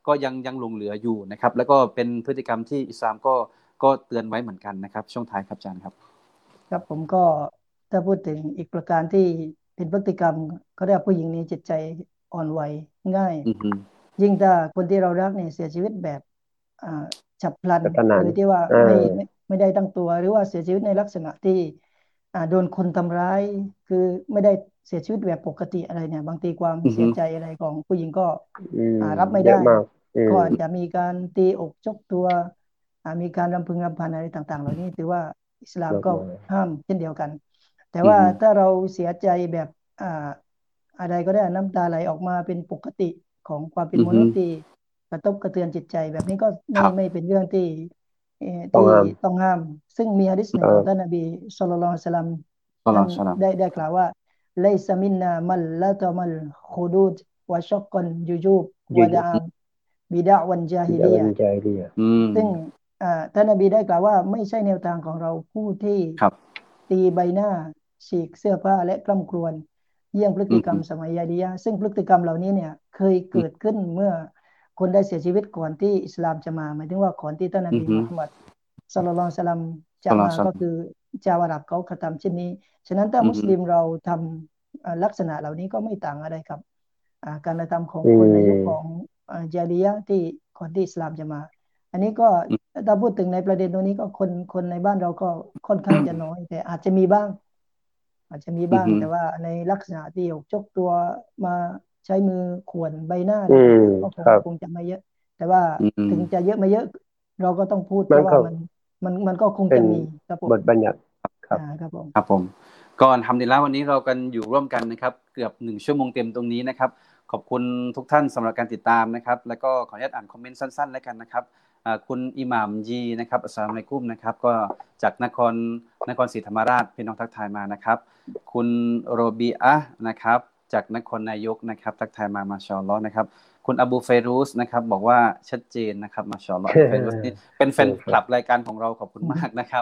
[SPEAKER 2] ก็ยังยังหลงเหลืออยู่นะครับแล้วก็เป็นพฤติกรรมที่อิสลามก็ก็เตือนไว้เหมือนกันนะครับช่วงท้ายครับอาจารย์ครับ
[SPEAKER 4] ครับผมก็ถ้าพูดถึงอีกประการที่เป็นพฤติกรรมเขาเรียกผู้หญิงนี้จิตใจอ่อนไหวง่าย
[SPEAKER 2] อือฮึ
[SPEAKER 4] ยิ่งถ้าคนที่เรารักเนี่ยเสียชีวิตแบบอ่าฉับพลัน
[SPEAKER 3] กระทันหัน
[SPEAKER 4] โดยที่ว่า
[SPEAKER 3] เอ
[SPEAKER 4] ไม่
[SPEAKER 3] อ
[SPEAKER 4] ไม่ไม่ได้ตั้งตัวหรือว่าเสียชีวิตในลักษณะที่อ่าโดนคนทำร้ายคือไม่ได้เสียชีวิตแบบปกติอะไรเนี่ยบางทีความ
[SPEAKER 2] อือฮึ
[SPEAKER 4] เสียใจอะไรของผู้หญิงก็
[SPEAKER 3] อืม
[SPEAKER 4] อ่ารับไม่ได้
[SPEAKER 3] เยอะมากอืม
[SPEAKER 4] ก็อาจจะมีการตีอกชกตัวอ่ามีการรำพึงรำพันอะไรต่างๆเหล่านี้ถือว่าอิสลามก็
[SPEAKER 3] มากมาย
[SPEAKER 4] ห้ามเช่นเดียวกัน แต่ว่า
[SPEAKER 2] อือฮึ
[SPEAKER 4] ถ้าเราเสียใจแบบอ่าอะไรก็ได้น้ำตาไหลออกมาเป็นปกติของความเป็น
[SPEAKER 2] อือฮึ
[SPEAKER 4] มนุษย์ที่กระทบกระเทือนจิตใจแบบนี้ก็
[SPEAKER 2] ค
[SPEAKER 4] ไม่
[SPEAKER 2] รับ
[SPEAKER 4] ไม่เป็นเรื่องที่เอ่อที่
[SPEAKER 3] ต้องห้าม
[SPEAKER 4] ต้องห้ามซึ่งมีหะดีษหนึ่
[SPEAKER 3] เออ
[SPEAKER 4] งของท่านนบีศ็อลลัลลอฮุอะลัยฮิวะซัลลัม
[SPEAKER 2] ก็ล
[SPEAKER 4] ท่าน
[SPEAKER 2] องสลับ
[SPEAKER 4] ได้ได้กล่าวว่าไลซะมินนามันละตะมัลคุดูดวะชักกันยุจูบ
[SPEAKER 3] อยู่อยู่
[SPEAKER 4] วะดะอาบิดะวันจาฮิ
[SPEAKER 3] เดี๋ยว
[SPEAKER 4] ลียะ
[SPEAKER 3] มันใจดีอ่ะ
[SPEAKER 2] อืม
[SPEAKER 4] ซึ่งอ่าท่านนบีได้กล่าวว่าไม่ใช่แนวทางของเราผู้ที่
[SPEAKER 2] ครับ
[SPEAKER 4] ตีใบหน้าฉีกเสื้อผ้าและกล้ำกลวนเยี่ยงพฤติ
[SPEAKER 2] อือฮึ
[SPEAKER 4] กรรมสมัยยาดียะห์ซึ่งพฤติกรรมเหล่านี้เนี่ยเคย
[SPEAKER 2] อื
[SPEAKER 4] เกิดขึ้นเมื่อคนได้เสียชีวิตก่อนที่อิสลามจะมาหมายถึงว่าก่อนที่ท่านนบี
[SPEAKER 2] อฮึ
[SPEAKER 4] มุฮัมมัดศ็อลลัลลอฮุอะลัยฮิวะซัลลัมจะ
[SPEAKER 2] ก็ลองสลับ
[SPEAKER 4] มาก็คือชาวอาหรับเขากระทำเช่นนี้ฉะนั้นถ้า
[SPEAKER 2] อือฮึ
[SPEAKER 4] มุสลิมเราทำอ่าลักษณะเหล่านี้ก็ไม่ต่างอะไรกับอ่าการกระทำของ
[SPEAKER 3] อื
[SPEAKER 4] คนในยุคของ
[SPEAKER 3] ม
[SPEAKER 4] อ่าญาลิยะห์ที่ก่อนที่อิสลามจะมา อันนี้ก็
[SPEAKER 2] อืม
[SPEAKER 4] ถ้าพูดถึงในประเด็นตรงนี้ก็คนคนในบ้านเราก็ค่อนข้างจะน้อยแต่อาจจะมีบ้างอาจจะมี
[SPEAKER 2] อือฮึ
[SPEAKER 4] บ้างแต่ว่าในลักษณะที่ยกตัวมาใช้มือข่วนใบหน้าอะ
[SPEAKER 3] อืม
[SPEAKER 4] ไรต่างๆก็ค
[SPEAKER 3] ครับ
[SPEAKER 4] งคงจะไม่เยอะแต่ว่า
[SPEAKER 2] อืม
[SPEAKER 4] ถึงจะเยอะไม่เยอะเราก็ต้องพูดเพ
[SPEAKER 3] มันก็
[SPEAKER 4] ราะว่ามันมันมันก็คง
[SPEAKER 3] เป็น
[SPEAKER 4] จะมีครับผม
[SPEAKER 3] บทบัญญัติค
[SPEAKER 4] อ่า
[SPEAKER 3] รับ
[SPEAKER 4] ครับผม
[SPEAKER 2] ครับผมก่อนทำดีแล้ววันนี้เรากันอยู่ร่วมกันนะครับเกือบหนึ่งชั่วโมงเต็มตรงนี้นะครับขอบคุณทุกท่านสำหรับการติดตามนะครับแล้วก็ขออนุญาตอ่านคอมเมนต์สั้นๆแล้วกันนะครับอ่าคุณอิหม่ามยีนะครับอัสสลามุอะลัยกุมนะครับก็จากนครนครศรีธรรมราชพี่น้องทักทายมานะครับคุณโรบีอะห์นะครับจากนครนายกนะครับทักทายมามาชาอัลลอฮ์นะครับคุณอบูเฟรูสนะครับบอกว่าชัดเจนนะครับมาชาอัลลอฮ์อบูเฟรูสนี่เป็นแฟนคลับรายการของเราขอบคุณมากนะครับ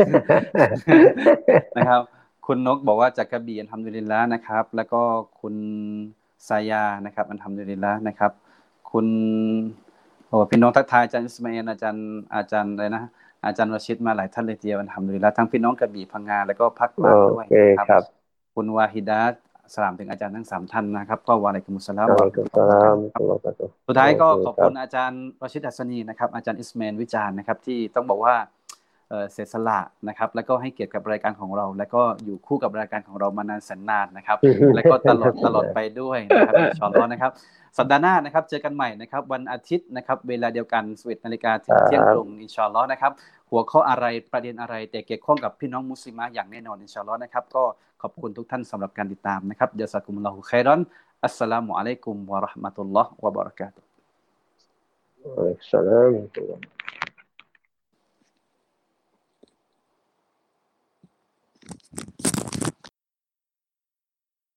[SPEAKER 2] นะครับคุณนกบอกว่าจากกระบี่อัลฮัมดุลิลละห์นะครับแล้วก็คุณซายานะครับอัลฮัมดุลิลละห์นะครับคุณโอ้พี่น้องทักทายอาจารย์อิสมาอีลอาจารย์อาจารย์อะไรนะอาจารย์วชิตมาหลายท่านเลยทีเดียวอัลฮัมดุลิลละห์ทั้งพี่น้องกระบี่พังงาแล้วก็ภาคก
[SPEAKER 3] โอ
[SPEAKER 2] ลางด้วย
[SPEAKER 3] เค
[SPEAKER 2] นะครับ
[SPEAKER 3] ครับ
[SPEAKER 2] คุณวาฮิดะห์สลามถึงอาจารย์ทั้งสามท่านนะครับก็วะอะลัยกุมุสสลาม
[SPEAKER 3] อะ
[SPEAKER 2] วะ
[SPEAKER 3] ลัยกุมส
[SPEAKER 2] เราะห์มะตุลลอฮ์วะบะ
[SPEAKER 3] สลาม
[SPEAKER 2] เราะกาตุฮ์
[SPEAKER 3] ตุลลอฮ์บะเราะกาตุฮ์
[SPEAKER 2] สุดท้าย
[SPEAKER 3] โอเค
[SPEAKER 2] ก็ขอบ
[SPEAKER 3] ครับ
[SPEAKER 2] คุณอาจารย์รชิดอัศนีนะครับอาจารย์อิสมาอิลวิจารณ์นะครับที่ต้องบอกว่าเอ่อเสียสละนะครับแล้วก็ให้เกียรติกับรายการของเราแล้วก็อยู่คู่กับรายการของเรามานานแสนนานนะครับแล้วก็ตลอดตลอดไปด้วยนะครับอินชาอัลลอฮ์นะครับสัปดาห์หน้านะครับเจอกันใหม่นะครับวันอาทิตย์นะครับเวลาเดียวกันสิบเอ็ดนาฬิกาถึงเที่ยงตรงอินชาอัลลอฮ์นะครับหัวข้ออะไรประเด็นอะไรแต่เกี่ยวข้องกับพี่น้องมุสลิมะอย่างแน่นอนอินชาอัลลอฮ์นะครับก็ขอบคุณทุกท่านสำหรับการติดตามนะครับญะซากุมุลลอฮุค็อยรอนอัสสลามุอะลัยกุมวะเราะห์มะตุลลอฮ์วะบะเราะกาตุฮ์
[SPEAKER 3] Waalaikumsalam.